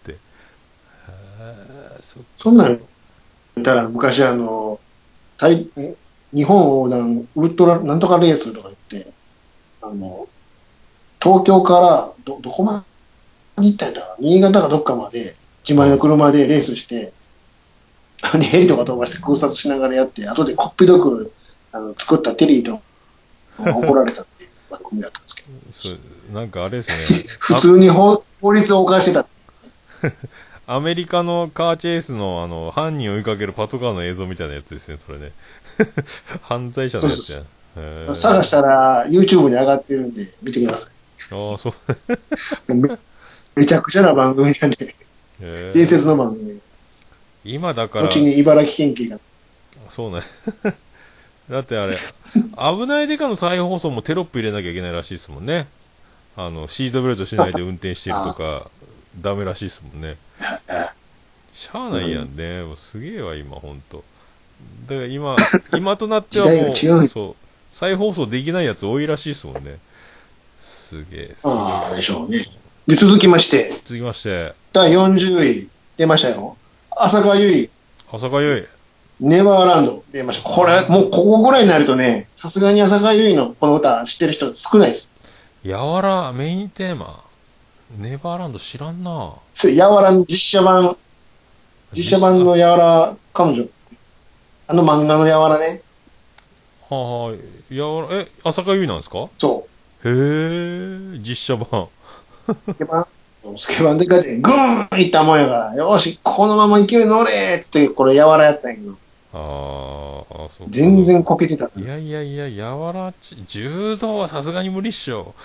[SPEAKER 2] そんなんだから昔日本横断ウルトラなんとかレースとか言って、東京からどこまで行ったんだろう、新潟かどっかまで、自前の車でレースして、ヘリとか飛ばして空撮しながらやって、後でコッピドク作ったテリーと怒られたっていう番組だったんですけど。
[SPEAKER 1] そうなんかあれですね。
[SPEAKER 2] 普通に法律を犯してた。
[SPEAKER 1] アメリカのカーチェイスの犯人を追いかけるパトカーの映像みたいなやつですね、それね。犯罪者のやつや。
[SPEAKER 2] 探したら YouTube に上がってるんで見てください。
[SPEAKER 1] ああ、そう。
[SPEAKER 2] めちゃくちゃな番組なんで、伝説の番組。
[SPEAKER 1] 今だから。
[SPEAKER 2] 後に茨城県警が。
[SPEAKER 1] そうね。だってあれ、危ないデカの再放送もテロップ入れなきゃいけないらしいですもんね。シートベルトしないで運転してるとか、ダメらしいですもんね。しゃあないやんね。もうすげえわ、今、ほんと。だから今となってはもう、そう、再放送できないやつ多いらしいですもんね。すげえ。
[SPEAKER 2] ああ、でしょうね。で、続きまして。第40位、出ましたよ。浅香唯。
[SPEAKER 1] 浅香唯。
[SPEAKER 2] ネバーランド出ました。これ、もうここぐらいになるとね、さすがに浅香唯のこの歌知ってる人少ないです。
[SPEAKER 1] やわら、メインテーマ。ネバーランド知らんな。
[SPEAKER 2] やわらの実写版のやわら、彼女。漫画のやわらね。
[SPEAKER 1] はあ、やわら、浅香唯なんですか？
[SPEAKER 2] そう。
[SPEAKER 1] へえ、実写版。
[SPEAKER 2] スケバンでかってグーンいったもんやから、よし、このまま勢い乗れっつって、これやわらやったんやけど。
[SPEAKER 1] そう。
[SPEAKER 2] 全然こけてた。
[SPEAKER 1] いや、やわら柔道はさすがに無理っしょ。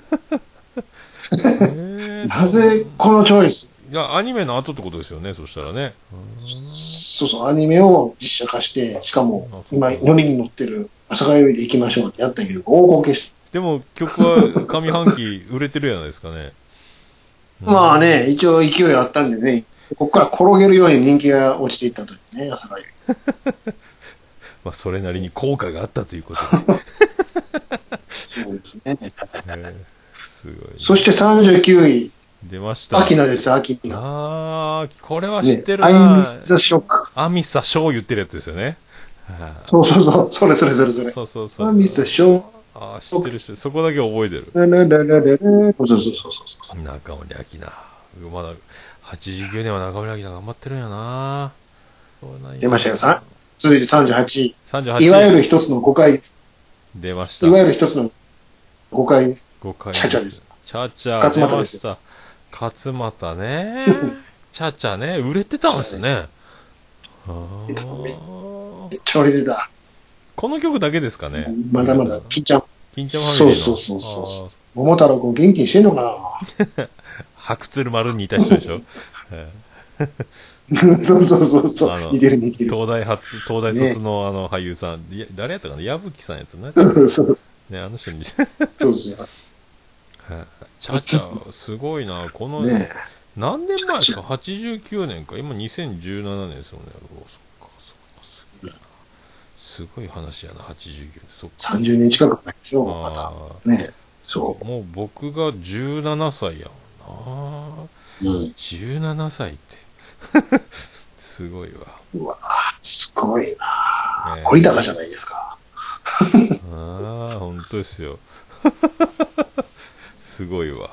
[SPEAKER 2] なぜこのチョイス？
[SPEAKER 1] いや、アニメの後ってことですよね、そしたらね。
[SPEAKER 2] そう、アニメを実写化して、しかも、今、ノリに乗ってる、朝香唯で行きましょうってやったんやけど、大こけして。
[SPEAKER 1] でも、曲は上半期売れてるやないですかね。
[SPEAKER 2] まあね、一応勢いあったんでね、ここから転げるように人気が落ちていったというね、朝香唯。
[SPEAKER 1] まあ、それなりに効果があったということで。
[SPEAKER 2] そうですね。
[SPEAKER 1] すごい、ね。
[SPEAKER 2] そして39位。
[SPEAKER 1] 出ました。
[SPEAKER 2] 秋菜です、秋菜。
[SPEAKER 1] これは知ってるな。
[SPEAKER 2] アイミス・ザ・ショック。
[SPEAKER 1] アミサ・ショー言ってるやつですよね。
[SPEAKER 2] そう。それ。
[SPEAKER 1] そう。
[SPEAKER 2] アミス・ショ
[SPEAKER 1] ー。知ってるし、そこだけ覚えてる。
[SPEAKER 2] そう。
[SPEAKER 1] 中森明菜。まだ、89年は中森明菜頑張ってるんやな。
[SPEAKER 2] 出ましたよ、続いて38位。いわゆる一つの誤解です。
[SPEAKER 1] 出ました。
[SPEAKER 2] いわゆる一つの誤解です。
[SPEAKER 1] 誤解
[SPEAKER 2] です。チャチャです。
[SPEAKER 1] チャチャ、出ました。勝俣ね。チャチャね、売れてたんですね。
[SPEAKER 2] めっちゃ売れてた。
[SPEAKER 1] この曲だけですかね。
[SPEAKER 2] まだまだ、金ちゃんファミリーの。そう。桃太郎くん元気にしてんのか
[SPEAKER 1] な。白鶴丸にいた人でしょ。
[SPEAKER 2] そう。似てる。
[SPEAKER 1] 東大卒の俳優さん。誰やったかな、矢吹さんやったね。ね、あの人に。
[SPEAKER 2] そうですよ。
[SPEAKER 1] チャチャ、すごいな。この、何年前ですか？ 89 年か。今2017年ですよね。そっか、すげえな。すごい話やな、89年。そっか。
[SPEAKER 2] 30年近く前ですよ、また。ね。そう。
[SPEAKER 1] もう僕が17歳やもんな。17歳って。すごいわ。
[SPEAKER 2] うわすごいな。堀高じゃないですか。
[SPEAKER 1] 本当ですよ。すごいわ。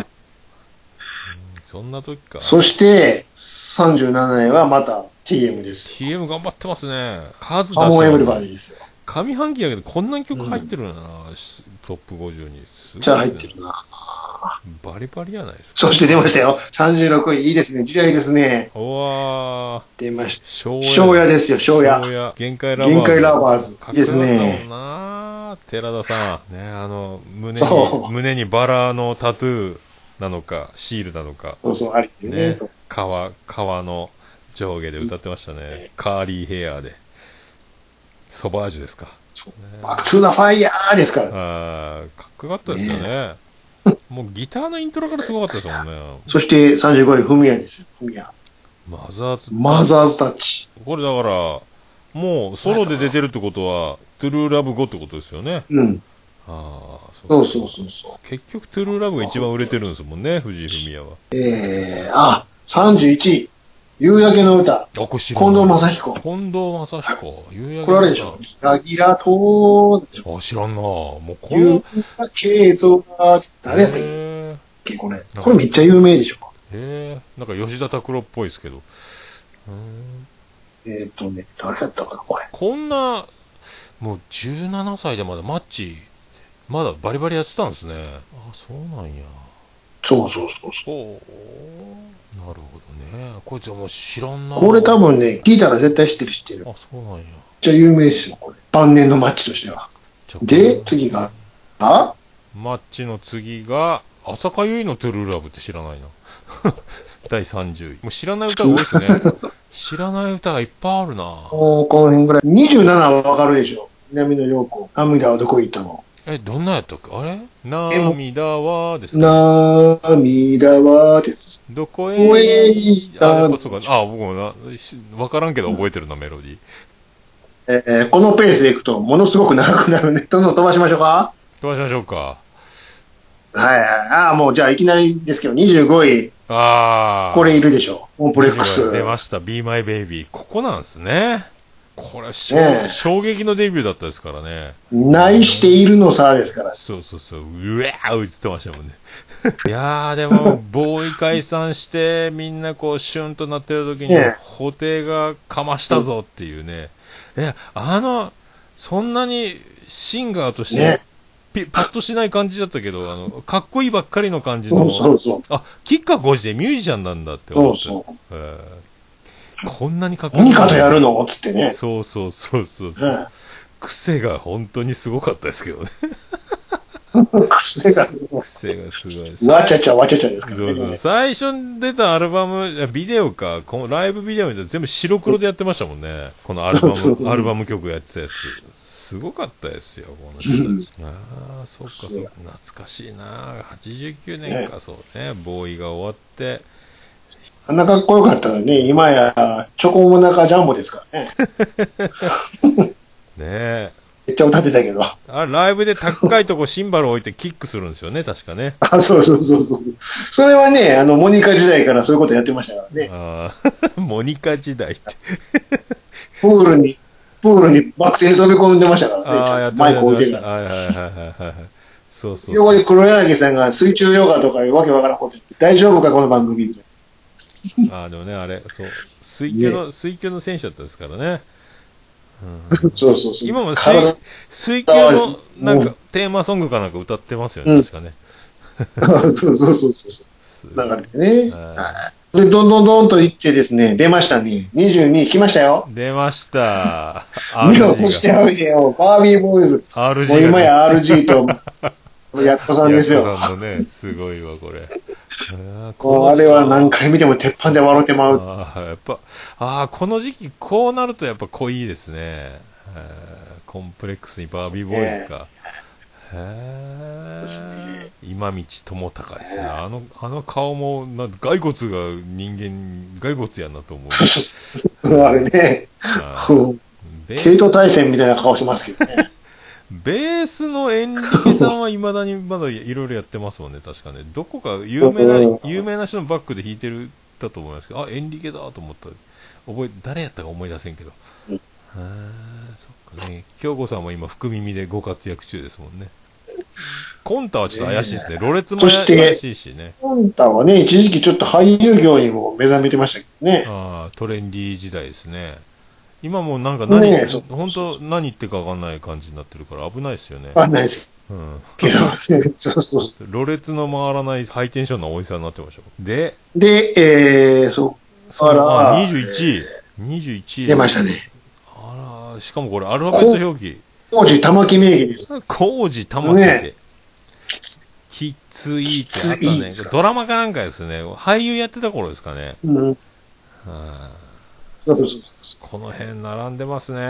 [SPEAKER 1] そんな時か。
[SPEAKER 2] そして、37位はまた TM です。
[SPEAKER 1] TM 頑張ってますね。数
[SPEAKER 2] 出してる。エブリバディですよ。
[SPEAKER 1] 上半期やけどこんなに曲入ってるんだな、トップ50に。
[SPEAKER 2] じゃあ入ってるな。
[SPEAKER 1] バリバリやないですか。
[SPEAKER 2] そして出ましたよ。36位。いいですね。時代ですね。
[SPEAKER 1] うわー。
[SPEAKER 2] 出ました。昭夜ですよ、昭夜。
[SPEAKER 1] 限界ラバーズ。
[SPEAKER 2] いいですね。
[SPEAKER 1] 寺田さん。ね、胸にバラのタトゥーなのか、シールなのか。
[SPEAKER 2] そう、ありね。
[SPEAKER 1] 革の上下で歌ってましたね。カーリーヘアで。ソバージュですか。
[SPEAKER 2] バックトゥザファイヤーですから。
[SPEAKER 1] かっこよかったですよね。もうギターのイントロからすごかったですもんね。
[SPEAKER 2] そして35位、フミヤですよ。フミヤ。マザーズタッチ。
[SPEAKER 1] これだから、もうソロで出てるってことは、トゥルーラブ5ってことですよね。
[SPEAKER 2] そう。
[SPEAKER 1] 結局トゥルーラブが一番売れてるんですもんね、藤井フミヤは。
[SPEAKER 2] 31位。 夕焼けの歌。
[SPEAKER 1] あ、これ知
[SPEAKER 2] らん。近藤正彦。
[SPEAKER 1] 近藤正彦。夕焼けの歌。
[SPEAKER 2] これあれでしょ。ギラギラと
[SPEAKER 1] あ、知らんなもうこ
[SPEAKER 2] の。夕焼け像が、誰やったっけこれ。これめっちゃ有名でしょ。
[SPEAKER 1] なんか吉田拓郎っぽいですけど。
[SPEAKER 2] 誰だったかな、これ。
[SPEAKER 1] こんな、もう17歳でまだマッチ、まだバリバリやってたんですね。あ、そうなんや。
[SPEAKER 2] そうそうそうそう。
[SPEAKER 1] なるほどね。こいつはもう知らんな。
[SPEAKER 2] これ多分ね、聞いたら絶対知ってる。
[SPEAKER 1] あ、そうなんや。
[SPEAKER 2] じゃあ有名ですよ、これ。晩年のマッチとしては。で、次が、
[SPEAKER 1] マッチの次が、浅香唯のトゥルーラブって知らないな。第30位。もう知らない歌が多いですね。知らない歌がいっぱいあるな。
[SPEAKER 2] この辺ぐらい。27はわかるでしょ。南野陽子。涙はどこ行ったの？
[SPEAKER 1] どんなやったっけあれ涙はですか？
[SPEAKER 2] 涙はです。
[SPEAKER 1] どこへ行ったの？僕もわからんけど覚えてるな、メロディー。
[SPEAKER 2] このペースでいくと、ものすごく長くなるね。どんどん飛ばしましょうか？
[SPEAKER 1] 飛ばしましょうか。
[SPEAKER 2] はいはい。もうじゃあいきなりですけど、25位。これいるでしょ。コンプレックス。
[SPEAKER 1] 出ました。Be My Baby。ここなんですね。これ、衝撃のデビューだったですからね。
[SPEAKER 2] 内しているのさですから。
[SPEAKER 1] そう。うわー言ってましたもんね。いやー、でも、ボーイ解散して、みんなこう、シュンとなってる時に、布袋がかましたぞっていうね。そんなにシンガーとして、パッとしない感じだったけど、かっこいいばっかりの感じの。
[SPEAKER 2] そう。
[SPEAKER 1] あ、吉川晃司でミュージシャンなんだって思って。そう。こんなにかっこいい。
[SPEAKER 2] 何かとやるのつってね。
[SPEAKER 1] そう。癖が本当にすごかったですけどね。
[SPEAKER 2] 癖がすごい。わちゃちゃですからね。
[SPEAKER 1] そう。最初に出たアルバム、ビデオか、このライブビデオみたいな全部白黒でやってましたもんね。このアルバム曲やってたやつ。すごかったですよ、この人たち。そうか。懐かしいな。89年か、そうね。ボーイが終わって。
[SPEAKER 2] あんなかっこよかったらね、今や、チョコモナカジャンボですからね。
[SPEAKER 1] ねえ。
[SPEAKER 2] めっちゃ歌ってたけど。
[SPEAKER 1] ライブで高いとこシンバル置いてキックするんですよね、確かね。
[SPEAKER 2] そう。それはね、モニカ時代からそういうことやってましたからね。
[SPEAKER 1] モニカ時代って。
[SPEAKER 2] プールにバク転で飛び込んでましたからね。マイク置いてるから。
[SPEAKER 1] はい。そう。
[SPEAKER 2] 横で黒柳さんが水中ヨガとかいうわけわからんこと言って、大丈夫かこの番組。
[SPEAKER 1] でもね、あれ、そう。水球の選手だったですからね。
[SPEAKER 2] そう。
[SPEAKER 1] 今も水球のなんかテーマソングかなんか歌ってますよね、確かね。
[SPEAKER 2] そう。流れてね。で、どんと行ってですね、出ましたね。22位来ましたよ。
[SPEAKER 1] 出ました。
[SPEAKER 2] 見ろとしちゃうよ。バービーボーイズ。
[SPEAKER 1] RG
[SPEAKER 2] もう今や RG と、やっこさんですよ。
[SPEAKER 1] やっこさんのね、すごいわ、これ。
[SPEAKER 2] あれは何回見ても鉄板で笑ってまう。
[SPEAKER 1] やっぱ、この時期こうなるとやっぱ濃いですね。コンプレックスにバービーボーイズか。今道智隆ですね。あの顔も、骸骨やなと思
[SPEAKER 2] う。あれね、毛糸大戦みたいな顔しますけどね。
[SPEAKER 1] ベースのエンリケさんは未だにまだいろいろやってますもんね、確かね。どこか有名な人のバックで弾いてるだと思いますけど、エンリケだと思った。誰やったか思い出せんけど。そっかね。京子さんも今、福耳でご活躍中ですもんね。コンタはちょっと怪しいですね。ろれつも怪しいしね。
[SPEAKER 2] コンタはね、一時期ちょっと俳優業にも目覚めてましたけどね。
[SPEAKER 1] トレンディー時代ですね。今もうなんか本当何言ってか分かんない感じになってるから危ないですよね。
[SPEAKER 2] 分かんないです。そう。
[SPEAKER 1] ろれつの回らないハイテンションなおじさんになってました。で、
[SPEAKER 2] そうから
[SPEAKER 1] 21位。
[SPEAKER 2] 出ましたね。
[SPEAKER 1] しかもこれアルファベット表記。
[SPEAKER 2] 工事玉木名義です。
[SPEAKER 1] 工事玉木で。きついってあったね。ドラマかなんかですね。俳優やってた頃ですかね。この辺並んでますね。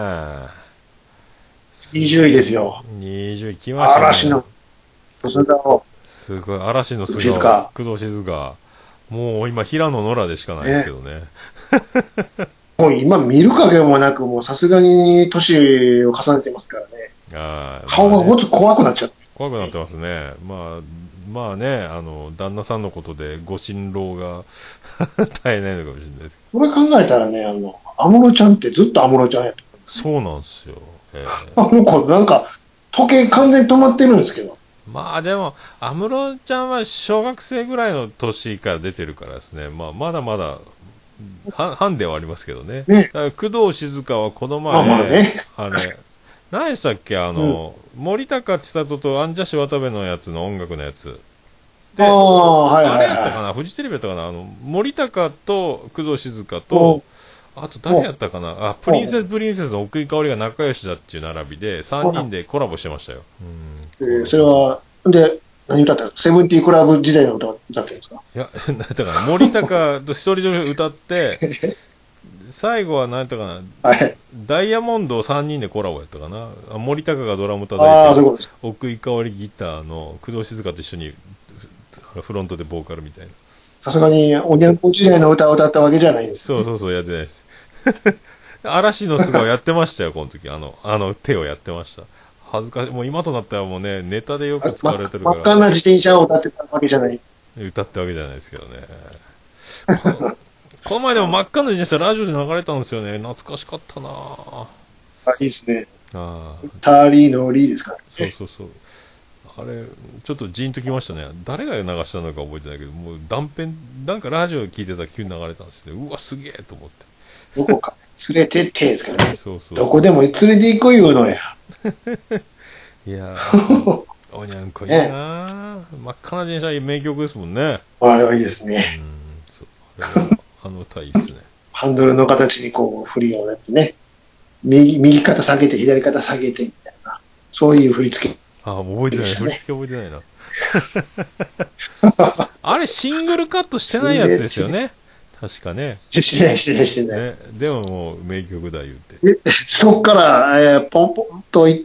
[SPEAKER 2] 20位ですよ。
[SPEAKER 1] 20位来ましたね。
[SPEAKER 2] 嵐の素顔。
[SPEAKER 1] すごい、嵐の素顔。工藤静香。もう今、平野ノラでしかないですけどね。
[SPEAKER 2] もう今見る影もなく、もうさすがに年を重ねてますからね。顔がもっと怖くなっちゃって。
[SPEAKER 1] 怖くなってますね。 まあね、旦那さんのことでご心労が大変ないのかもしれないですけ
[SPEAKER 2] ど。これ考えたらね、安室ちゃんってずっと安室ちゃんやった。
[SPEAKER 1] そうなんですよ。
[SPEAKER 2] あの子、なんか、時計完全に止まってるんですけど。
[SPEAKER 1] まあでも、安室ちゃんは小学生ぐらいの年から出てるからですね。まあ、まだまだ、ハンデはありますけどね。
[SPEAKER 2] ね。
[SPEAKER 1] だから工藤静香はこの前、
[SPEAKER 2] まあね、
[SPEAKER 1] あれ、何でしたっけ、森高千里とアンジャッシュ渡部のやつの音楽のやつ。で、
[SPEAKER 2] はいはいはい、
[SPEAKER 1] あれやったかな、フジテレビやったかな、森高と工藤静香と、あと誰やったかな、プリンセスの奥井香織が仲良しだっていう並びで、3人でコラボしてましたよ。
[SPEAKER 2] それは、で、何歌ったの？セブンティークラブ時代の歌ってるんですか？
[SPEAKER 1] いや、なんやったかな、森高と一人で歌って、最後は何やったかな、はい、ダイヤモンドを3人でコラボやったかな、森高がドラム叩いて、奥井香織ギターの工藤静香と一緒にフロントでボーカルみたいな。
[SPEAKER 2] さすがに、おにゃんこ時代の歌を歌ったわけじゃないんです、
[SPEAKER 1] ね。そう、やってないです。嵐の素顔やってましたよ、この時。手をやってました。恥ずかしい。もう今となったらもうね、ネタでよく使われてるから。
[SPEAKER 2] 真っ赤な自転車を歌ってたわけじゃない。
[SPEAKER 1] 歌ったわけじゃないですけどね。この前でも真っ赤な自転車ラジオで流れたんですよね。懐かしかったなぁ。
[SPEAKER 2] いいですね。タリーのリーですか、
[SPEAKER 1] ね。そう。あれ、ちょっとジーンときましたね。誰が流したのか覚えてないけど、もう断片、なんかラジオ聞いてたら急に流れたんですよね。うわ、すげえと思って。
[SPEAKER 2] どこか連れてってですからね。そう。どこでも連れて行くいうのや。
[SPEAKER 1] いやー、おにゃんこいいなぁ。真っ赤な電車名曲ですもんね。
[SPEAKER 2] あれはいいですね。
[SPEAKER 1] あの歌いいっすね。
[SPEAKER 2] ハンドルの形にこう振りをやってね。右肩下げて、左肩下げてみたいな。そういう振り付け。
[SPEAKER 1] もう覚えてない。振り付け覚えてないな。あれ、シングルカットしてないやつですよね。確かね。
[SPEAKER 2] してない。
[SPEAKER 1] ね。でももう名曲だ言う
[SPEAKER 2] て。そっから、ポンポンといって、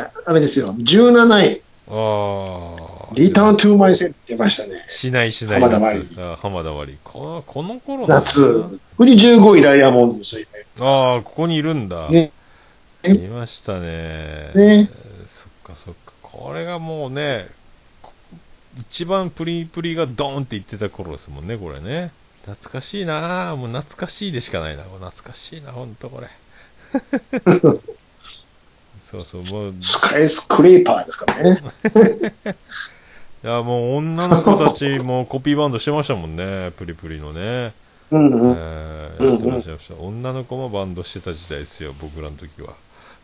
[SPEAKER 2] あれですよ、17位。リターントゥーマイセルって出ましたね。
[SPEAKER 1] しない。
[SPEAKER 2] 浜田真理。
[SPEAKER 1] 浜田真理。この頃の
[SPEAKER 2] 夏。振り15位ダイヤモンドですよ。
[SPEAKER 1] ここにいるんだ。
[SPEAKER 2] ね。
[SPEAKER 1] いましたね。
[SPEAKER 2] ね。
[SPEAKER 1] そっか。これがもうね、一番プリプリがドーンって言ってた頃ですもんね、これね。懐かしいなぁ。もう懐かしいでしかないな。懐かしいな、ほんとこれ。そう、もう。
[SPEAKER 2] スカイスクレーパーですからね。
[SPEAKER 1] いや、もう女の子たちもコピーバンドしてましたもんね、プリプリのね。やってました。女の子もバンドしてた時代ですよ、僕らの時は。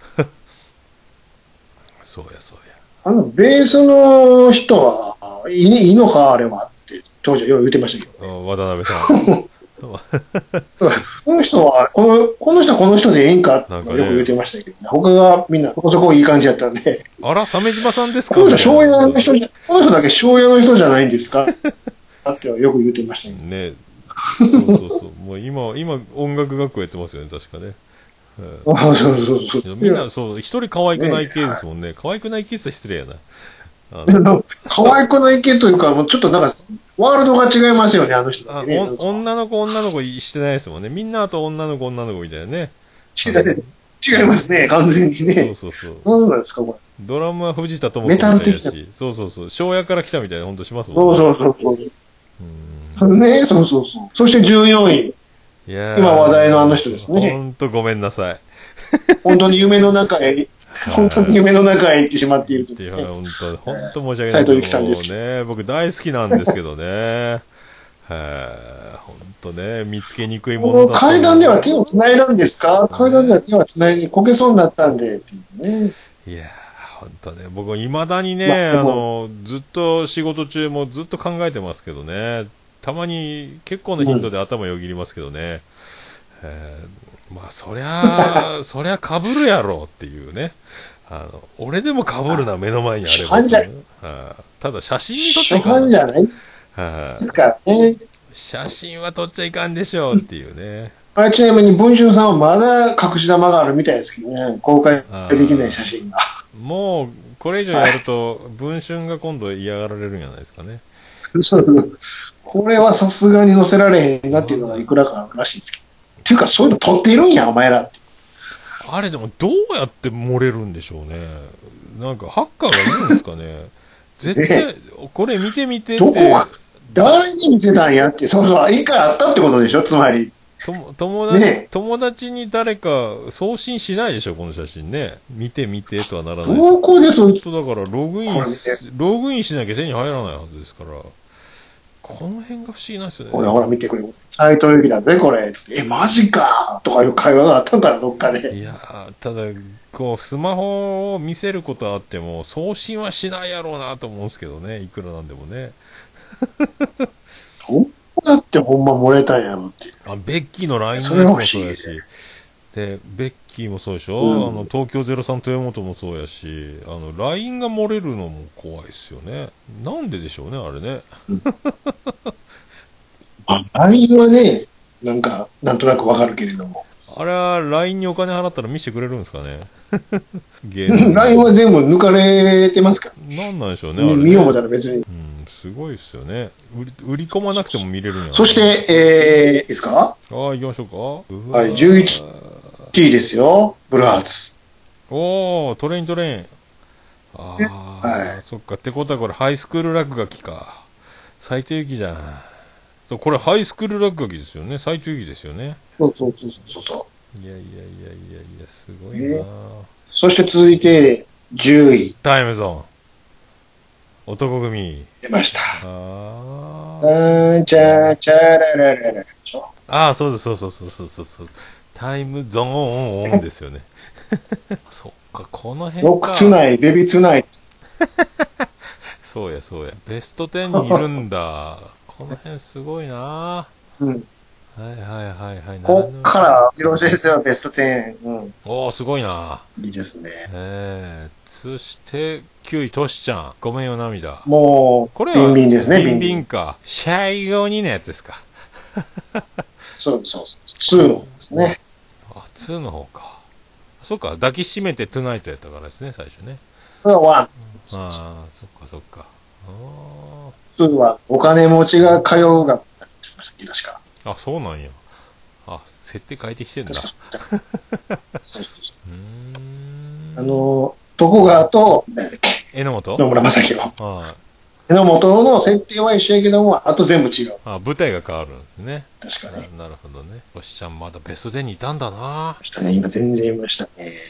[SPEAKER 1] そうや。
[SPEAKER 2] ベースの人はいいのか、あれはって、当時はよく言ってましたけど、
[SPEAKER 1] 渡辺さん。
[SPEAKER 2] この人はこの人でええんかってよく言ってましたけど、ね、他がみんなそこそこいい感じだったんで。
[SPEAKER 1] あら、鮫島さんですか？
[SPEAKER 2] この人だけ庄屋の人じゃないんですかってよく言ってましたけど
[SPEAKER 1] ね。そう。もう今音楽学校やってますよね、確かね。
[SPEAKER 2] そう。
[SPEAKER 1] みんな、一人可愛くない系ですもんね。可愛くない系って失礼やな。
[SPEAKER 2] 可愛くない系というか、もうちょっとなんか、ワールドが違いますよね、あの人、ね。
[SPEAKER 1] 女の子してないですもんね。みんなあと女の子みたいなね。
[SPEAKER 2] 違いますね、完全にね。
[SPEAKER 1] そう。
[SPEAKER 2] 何なんですか、これ。
[SPEAKER 1] ドラムは藤田智子みたいだし。そう。庄屋から来たみたいな、ほんとしますもん
[SPEAKER 2] ね。そう。ね、そう。そして14位。今話題のあの人ですね。
[SPEAKER 1] ほんとごめんなさい。
[SPEAKER 2] 本当に夢の中へ行ってしまっているという、ね。
[SPEAKER 1] 本当申し訳ない。斉
[SPEAKER 2] 藤由貴さんです
[SPEAKER 1] ね。僕大好きなんですけどね。本当ね、見つけにくいものだ。
[SPEAKER 2] 階段では手を繋いだんですか？階段では手は繋いでこけそうになったんで、っていうね。
[SPEAKER 1] いや本当ね、僕は未だにね、ずっと仕事中もずっと考えてますけどね。たまに結構な頻度で頭よぎりますけどね。まあ、そりゃ被るやろっていうね。俺でも被るな、目の前にあれば。ただ写真に撮っちゃいかん。
[SPEAKER 2] じゃないですからね。
[SPEAKER 1] 写真は撮っちゃいかんでしょうっていうね。
[SPEAKER 2] ちなみに文春さんはまだ隠し玉があるみたいですけどね。公開できない写真が。
[SPEAKER 1] もう、これ以上やると、文春が今度嫌がられるんじゃないですかね。
[SPEAKER 2] これはさすがに載せられへんなっていうのがいくらかあるらしいですけど。っていうか、そういうの撮っているんや、お前らって。
[SPEAKER 1] あれでもどうやって漏れるんでしょうね。なんかハッカーがいるんですかね。 絶対、これ見てみてって。
[SPEAKER 2] どこが、誰に見せたんやって、そうそう、一回あったってことでしょ、つまり。
[SPEAKER 1] 友達に誰か送信しないでしょ、この写真ね。見て見てとはならない。
[SPEAKER 2] どこでそいつ。
[SPEAKER 1] だからログインしなきゃ手に入らないはずですから。この辺が不思議なんですよね。
[SPEAKER 2] ほら見てくれ。斎藤由貴だぜ、これ。マジかとかいう会話があったんかな、どっかで。
[SPEAKER 1] いやー、ただ、スマホを見せることはあっても、送信はしないやろうなと思うんですけどね、いくらなんでもね。
[SPEAKER 2] どうだってほんま漏れたんやろって。
[SPEAKER 1] ベッキーの LINE のやつもそうやし、で、ベッキーもそうでしょ、東京03豊本もそうやし、LINE が漏れるのも怖いですよね。なんででしょうね、あれね。
[SPEAKER 2] LINE はね、なんとなくわかるけれども。
[SPEAKER 1] あれは LINE にお金払ったら見せてくれるんですかね。
[SPEAKER 2] LINE は全部抜かれてますから。
[SPEAKER 1] なんなんでしょうね、あれね。
[SPEAKER 2] 見ようもたら別に。
[SPEAKER 1] すごいですよね。売り込まなくても見れるんや。
[SPEAKER 2] そして、いいですか？
[SPEAKER 1] 行きましょうか。
[SPEAKER 2] はい、11位ですよ。ブルーハーツ。
[SPEAKER 1] トレイン。はい。そっか。ってことはこれハイスクール落書きか。斉藤由貴じゃん。これハイスクール落書きですよね。斉藤由貴ですよね。
[SPEAKER 2] そう。
[SPEAKER 1] いや、すごいな、
[SPEAKER 2] そして続いて、10位。
[SPEAKER 1] タイムゾーン。男組。
[SPEAKER 2] 出ました。
[SPEAKER 1] そうです。そう。タイムゾーンですよね。そっか、この辺か。
[SPEAKER 2] ロックトゥナイ、ベビートゥナイ。
[SPEAKER 1] そうや。ベスト10にいるんだ。この辺すごいな。はい。
[SPEAKER 2] こっから、よろしいですよ、ベスト10。
[SPEAKER 1] すごいな。
[SPEAKER 2] いいですね。
[SPEAKER 1] そして、9位、トシちゃん。ごめんよ、涙。
[SPEAKER 2] もう、これは、ビンビンですね、
[SPEAKER 1] ビンビンか。最後にのやつですか。
[SPEAKER 2] そう。2の方ですね。
[SPEAKER 1] 2の方か。そうか、抱きしめてトゥナイトやったからですね、最初ね。
[SPEAKER 2] これは1。
[SPEAKER 1] そっか。
[SPEAKER 2] 2は、お金持ちが通うが、確か。
[SPEAKER 1] そうなんや。設定変えてきてんだ。
[SPEAKER 2] 徳川と、
[SPEAKER 1] 榎本
[SPEAKER 2] 野村正宏。榎本の設定は一緒やけども、あと全部違う。
[SPEAKER 1] 舞台が変わるんですね。
[SPEAKER 2] 確かに。
[SPEAKER 1] なるほどね。トシちゃんまだベスト10にいたんだな。
[SPEAKER 2] 今全然いましたね。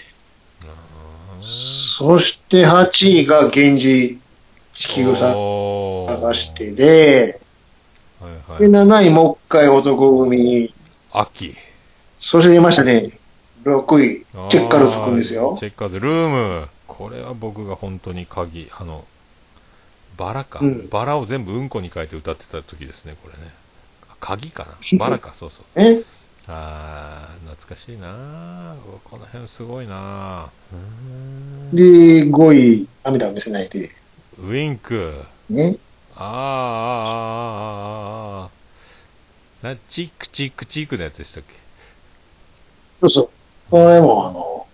[SPEAKER 2] そして8位が源氏地球探してで、7位もう一回男組。
[SPEAKER 1] 秋。
[SPEAKER 2] そして出ましたね。6位、チェッカーズ君ですよ。
[SPEAKER 1] チェッカーズルーム。これは僕が本当に鍵、バラか、バラを全部うんこに変えて歌ってた時ですね、これね。鍵かな、バラか、そう。懐かしいな、この辺すごいな。
[SPEAKER 2] で、5位、涙を見せないで。
[SPEAKER 1] ウィンク。
[SPEAKER 2] ね。
[SPEAKER 1] チックのやつでしたっ
[SPEAKER 2] け？そう。これも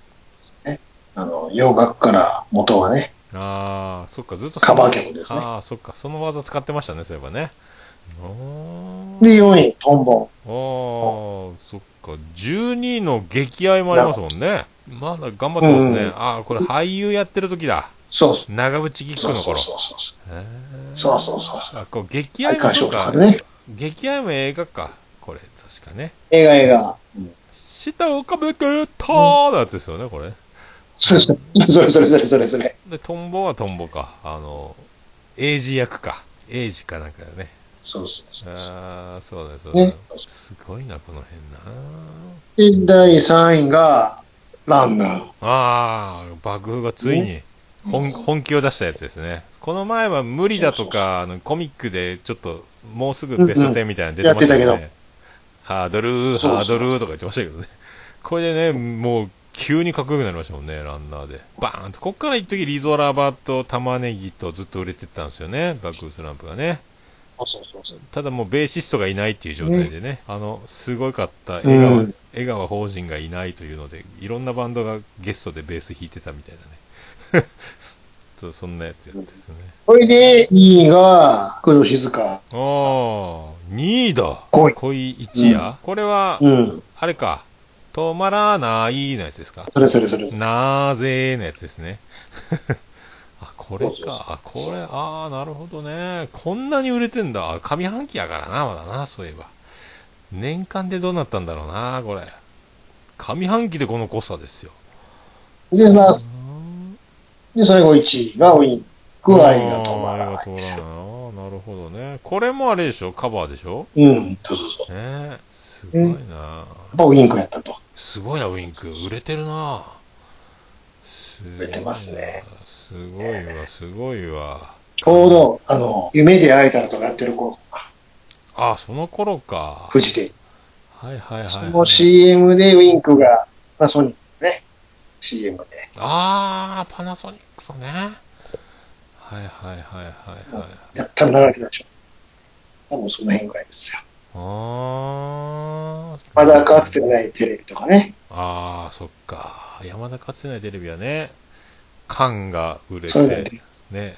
[SPEAKER 2] 洋楽から元はね。
[SPEAKER 1] そっか、ずっと
[SPEAKER 2] カバー曲ですね。
[SPEAKER 1] そっか、その技使ってましたね、そういえばね。
[SPEAKER 2] で、4位、トンボ。
[SPEAKER 1] そっか、12位の激愛もありますもんね。まだ頑張ってますね。これ俳優やってる時だ。
[SPEAKER 2] そう。
[SPEAKER 1] 長渕剛の頃。
[SPEAKER 2] そう。
[SPEAKER 1] 激愛もそうか。激愛も映画か。これ、確かね。
[SPEAKER 2] 映画。
[SPEAKER 1] 下をかめてたーのやつですよね、これ。
[SPEAKER 2] それ。
[SPEAKER 1] で、トンボはトンボか。エイジ役か。エイジかなんかね。
[SPEAKER 2] そう。
[SPEAKER 1] そうだ。すごいな、この辺
[SPEAKER 2] な。で、第3位が、ランナ
[SPEAKER 1] ー。爆風がついに本気を出したやつですね。この前は無理だとか、コミックでちょっと、もうすぐベスト10みたいなの出てましたけどね。ハードルとか言ってましたけどね。これでね、もう、急にかっこよくなりましたもんね、ランナーで。バーンと。こっから一時リゾラバと玉ねぎとずっと売れてたんですよね、バックスランプがね。ただもうベーシストがいないっていう状態でね、すごかった江川法人がいないというので、いろんなバンドがゲストでベース弾いてたみたいなね。そんなやつやってですね。
[SPEAKER 2] これで、2位が、工藤静香。
[SPEAKER 1] 2位だ。恋一夜、これは、あれか。止まらないのやつですか？
[SPEAKER 2] それ。
[SPEAKER 1] なーぜーのやつですね。 これか。これ、なるほどね。こんなに売れてんだ。上半期やからな、まだな、そういえば。年間でどうなったんだろうな、これ。上半期でこの濃さですよ。
[SPEAKER 2] で、最後1位がウィンク、愛が止まらない。
[SPEAKER 1] なるほどね。これもあれでしょ、カバーでしょ。
[SPEAKER 2] そう。
[SPEAKER 1] すごいな。やっ
[SPEAKER 2] ぱウィンクやったと。
[SPEAKER 1] すごいな、ウィンク。売れてるな。
[SPEAKER 2] 売れてますね。
[SPEAKER 1] すごいわ、すごいわ。
[SPEAKER 2] ちょうど、夢で会えたらとかやってる頃。
[SPEAKER 1] その頃か。
[SPEAKER 2] 富士で。
[SPEAKER 1] そ
[SPEAKER 2] の CM でウィンクが、パナソニックね。CM で。
[SPEAKER 1] パナソニックそうね。
[SPEAKER 2] やったら流れてたでしょ。多分その辺ぐらいですよ。まだかつてないテレビとかね。
[SPEAKER 1] そっか。山田かつてないテレビはね、缶が売れて、ね。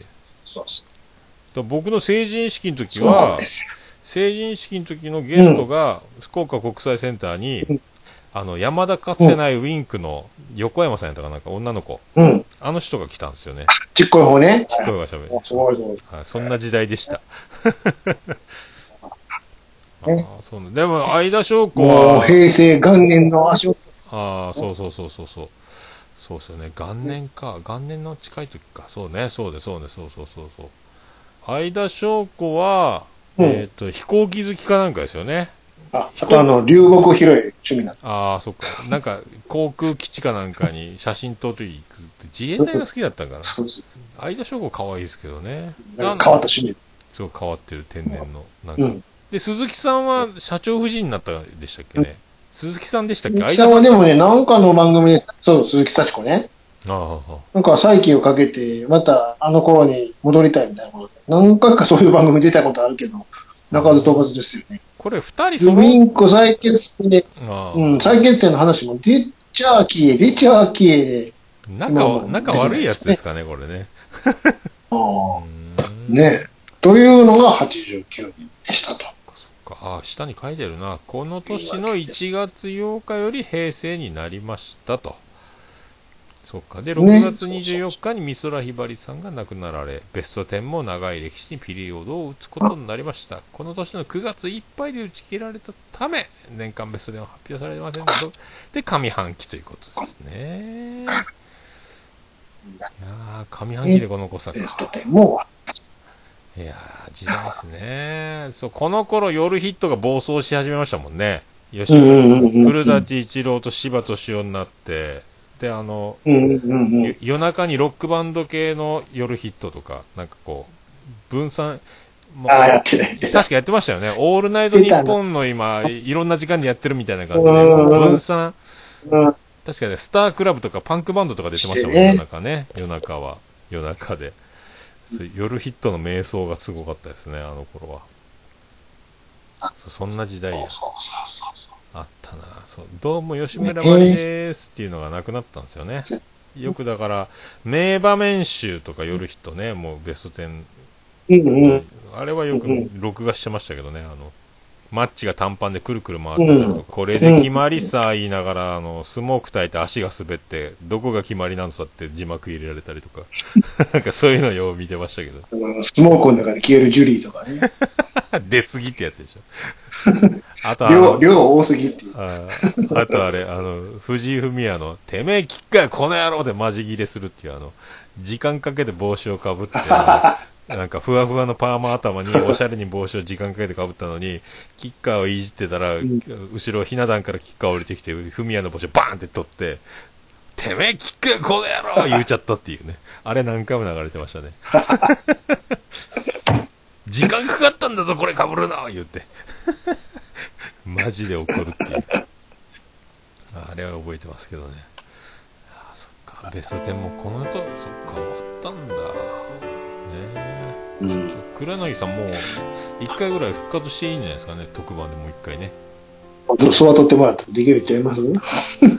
[SPEAKER 1] 僕の成人式の時は、成人式の時のゲストが、福岡国際センターに、山田かつてないウィンクの横山さんやったかなんか女の子、あの人が来たんですよね。
[SPEAKER 2] ちっこい方ね。
[SPEAKER 1] ちっこい方が喋る。
[SPEAKER 2] すごい。
[SPEAKER 1] そんな時代でした。そうでも、相田翔子は。
[SPEAKER 2] 平成元年の足音。
[SPEAKER 1] そうですよね。元年の近い時か。そうね。そう。相田翔子は、飛行機好きかなんかですよね。
[SPEAKER 2] あと流木拾い趣味なん
[SPEAKER 1] だ。そっか。なんか、航空基地かなんかに写真撮りに行くって、自衛隊が好きだったんかな。相田翔子可愛いですけどね。
[SPEAKER 2] 変わった趣味。
[SPEAKER 1] すごい変わってる天然の。なんか。で、鈴木さんは社長夫人になったでしたっけね。鈴木さんでしたっけ。
[SPEAKER 2] 鈴木さんはでもね、なんかの番組で、鈴木幸子ね。なんか再起をかけて、またあの頃に戻りたいみたいなことで、何回かそういう番組出たことあるけど、鳴かず飛ばずですよね。
[SPEAKER 1] これ二人
[SPEAKER 2] ウィンク再結成で、再結成の話も出ちゃあきえで。
[SPEAKER 1] 仲悪いやつですかね、これね。
[SPEAKER 2] ねというのが89年でしたと。
[SPEAKER 1] 下に書いてるな。この年の1月8日より平成になりましたと。そっか。で、6月24日に美空ひばりさんが亡くなられ、ベスト10も長い歴史にピリオドを打つことになりました。この年の9月いっぱいで打ち切られたため、年間ベスト10は発表されてませんけど、で、上半期ということですね。いや上半期でこの濃さか。
[SPEAKER 2] ベスト10も
[SPEAKER 1] いや時代ですね。そう、この頃夜ヒットが暴走し始めましたもんね。古舘一郎と柴俊夫になって、で、夜中にロックバンド系の夜ヒットとか、なんかこう、分散、
[SPEAKER 2] やってない。
[SPEAKER 1] 確かやってましたよね。オールナイトニッポンの今、いろんな時間でやってるみたいな感じで、分散、確かね、スタークラブとかパンクバンドとか出てましたもんね、夜中ね。夜中で。夜ヒットの瞑想がすごかったですね、あの頃は。そんな時代や。あったな。どうも吉村まりですっていうのがなくなったんですよね。よくだから、名場面集とか夜ヒットね、もうベスト10。あれはよく録画してましたけどね、マッチが短パンでくるくる回ってたりとか、これで決まりさ言いながら、スモーク焚いて足が滑って、どこが決まりなんさって字幕入れられたりとか、なんかそういうのをよう見てましたけど。
[SPEAKER 2] スモークの中で消えるジュリーとかね。
[SPEAKER 1] 出過ぎってやつでしょ。あと
[SPEAKER 2] 量多すぎっていう。
[SPEAKER 1] あとあれ、藤井フミヤの、てめえキッカーこの野郎でマジ切れするっていう時間かけて帽子をかぶって、なんかふわふわのパーマ頭におしゃれに帽子を時間かけてかぶったのに、キッカーをいじってたら、後ろひな壇からキッカー降りてきて、フミヤの帽子をバーンって取って、てめえキッカーこの野郎言っちゃったっていうね。あれ何回も流れてましたね。時間かかったんだぞこれかぶるな言って。マジで怒るっていう。あれは覚えてますけどね。そっか、ベスト10もこの後、そっか、終わったんだ。黒柳さんもう1回ぐらい復活していいんじゃないですかね、特番でもう1回ね。
[SPEAKER 2] そば取ってもらったらできるって言いますでも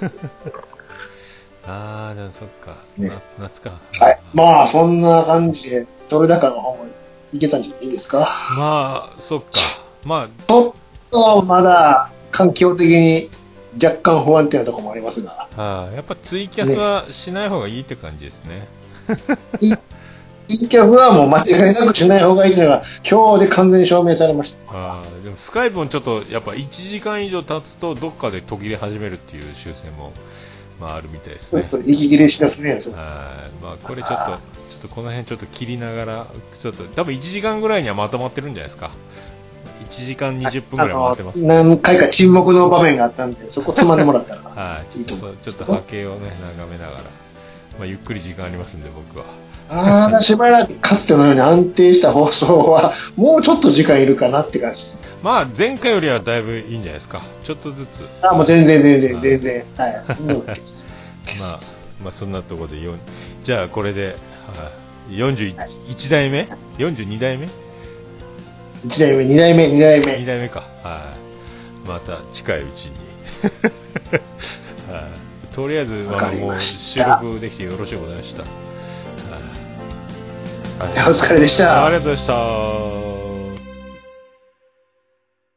[SPEAKER 1] そっか、夏か。
[SPEAKER 2] はい。まあ、そんな感じで、どれだかの方がいけたんじゃないですか。
[SPEAKER 1] まあ、そっか。まあ、
[SPEAKER 2] ちょっとまだ環境的に若干不安定なところもありますが。
[SPEAKER 1] やっぱツイキャスはしない方がいいって感じですね。
[SPEAKER 2] ツイキャスはもう間違いなくしない方がいいというのが、今日で完全に証明されました。
[SPEAKER 1] でもスカイプもちょっと、やっぱ1時間以上経つと、どっかで途切れ始めるっていう習性も、まああるみたいですね。
[SPEAKER 2] ちょっと息切れしだすね。
[SPEAKER 1] まあこれちょっとこの辺ちょっと切りながら、ちょっと多分1時間ぐらいにはまとまってるんじゃないですか。1時間20分ぐらい回ってます、ね、
[SPEAKER 2] 何回か沈黙の場面があったんで、そこつまんでもらったら
[SPEAKER 1] ちょっと波形をね、眺めながら、まあ、ゆっくり時間ありますんで、僕は。
[SPEAKER 2] しばらくかつてのように安定した放送は、もうちょっと時間いるかなって感じです。
[SPEAKER 1] まあ、前回よりはだいぶいいんじゃないですか。ちょっとずつ。
[SPEAKER 2] もう全然。はい。
[SPEAKER 1] まあ、そんなところで、じゃあこれで、41代目 ?42 代目
[SPEAKER 2] 1代目、2代目、2代目。
[SPEAKER 1] 2代目か。また近いうちに。とりあえず、もう収録できてよろしゅうございました。
[SPEAKER 2] お疲れでした。
[SPEAKER 1] ありがとうございました。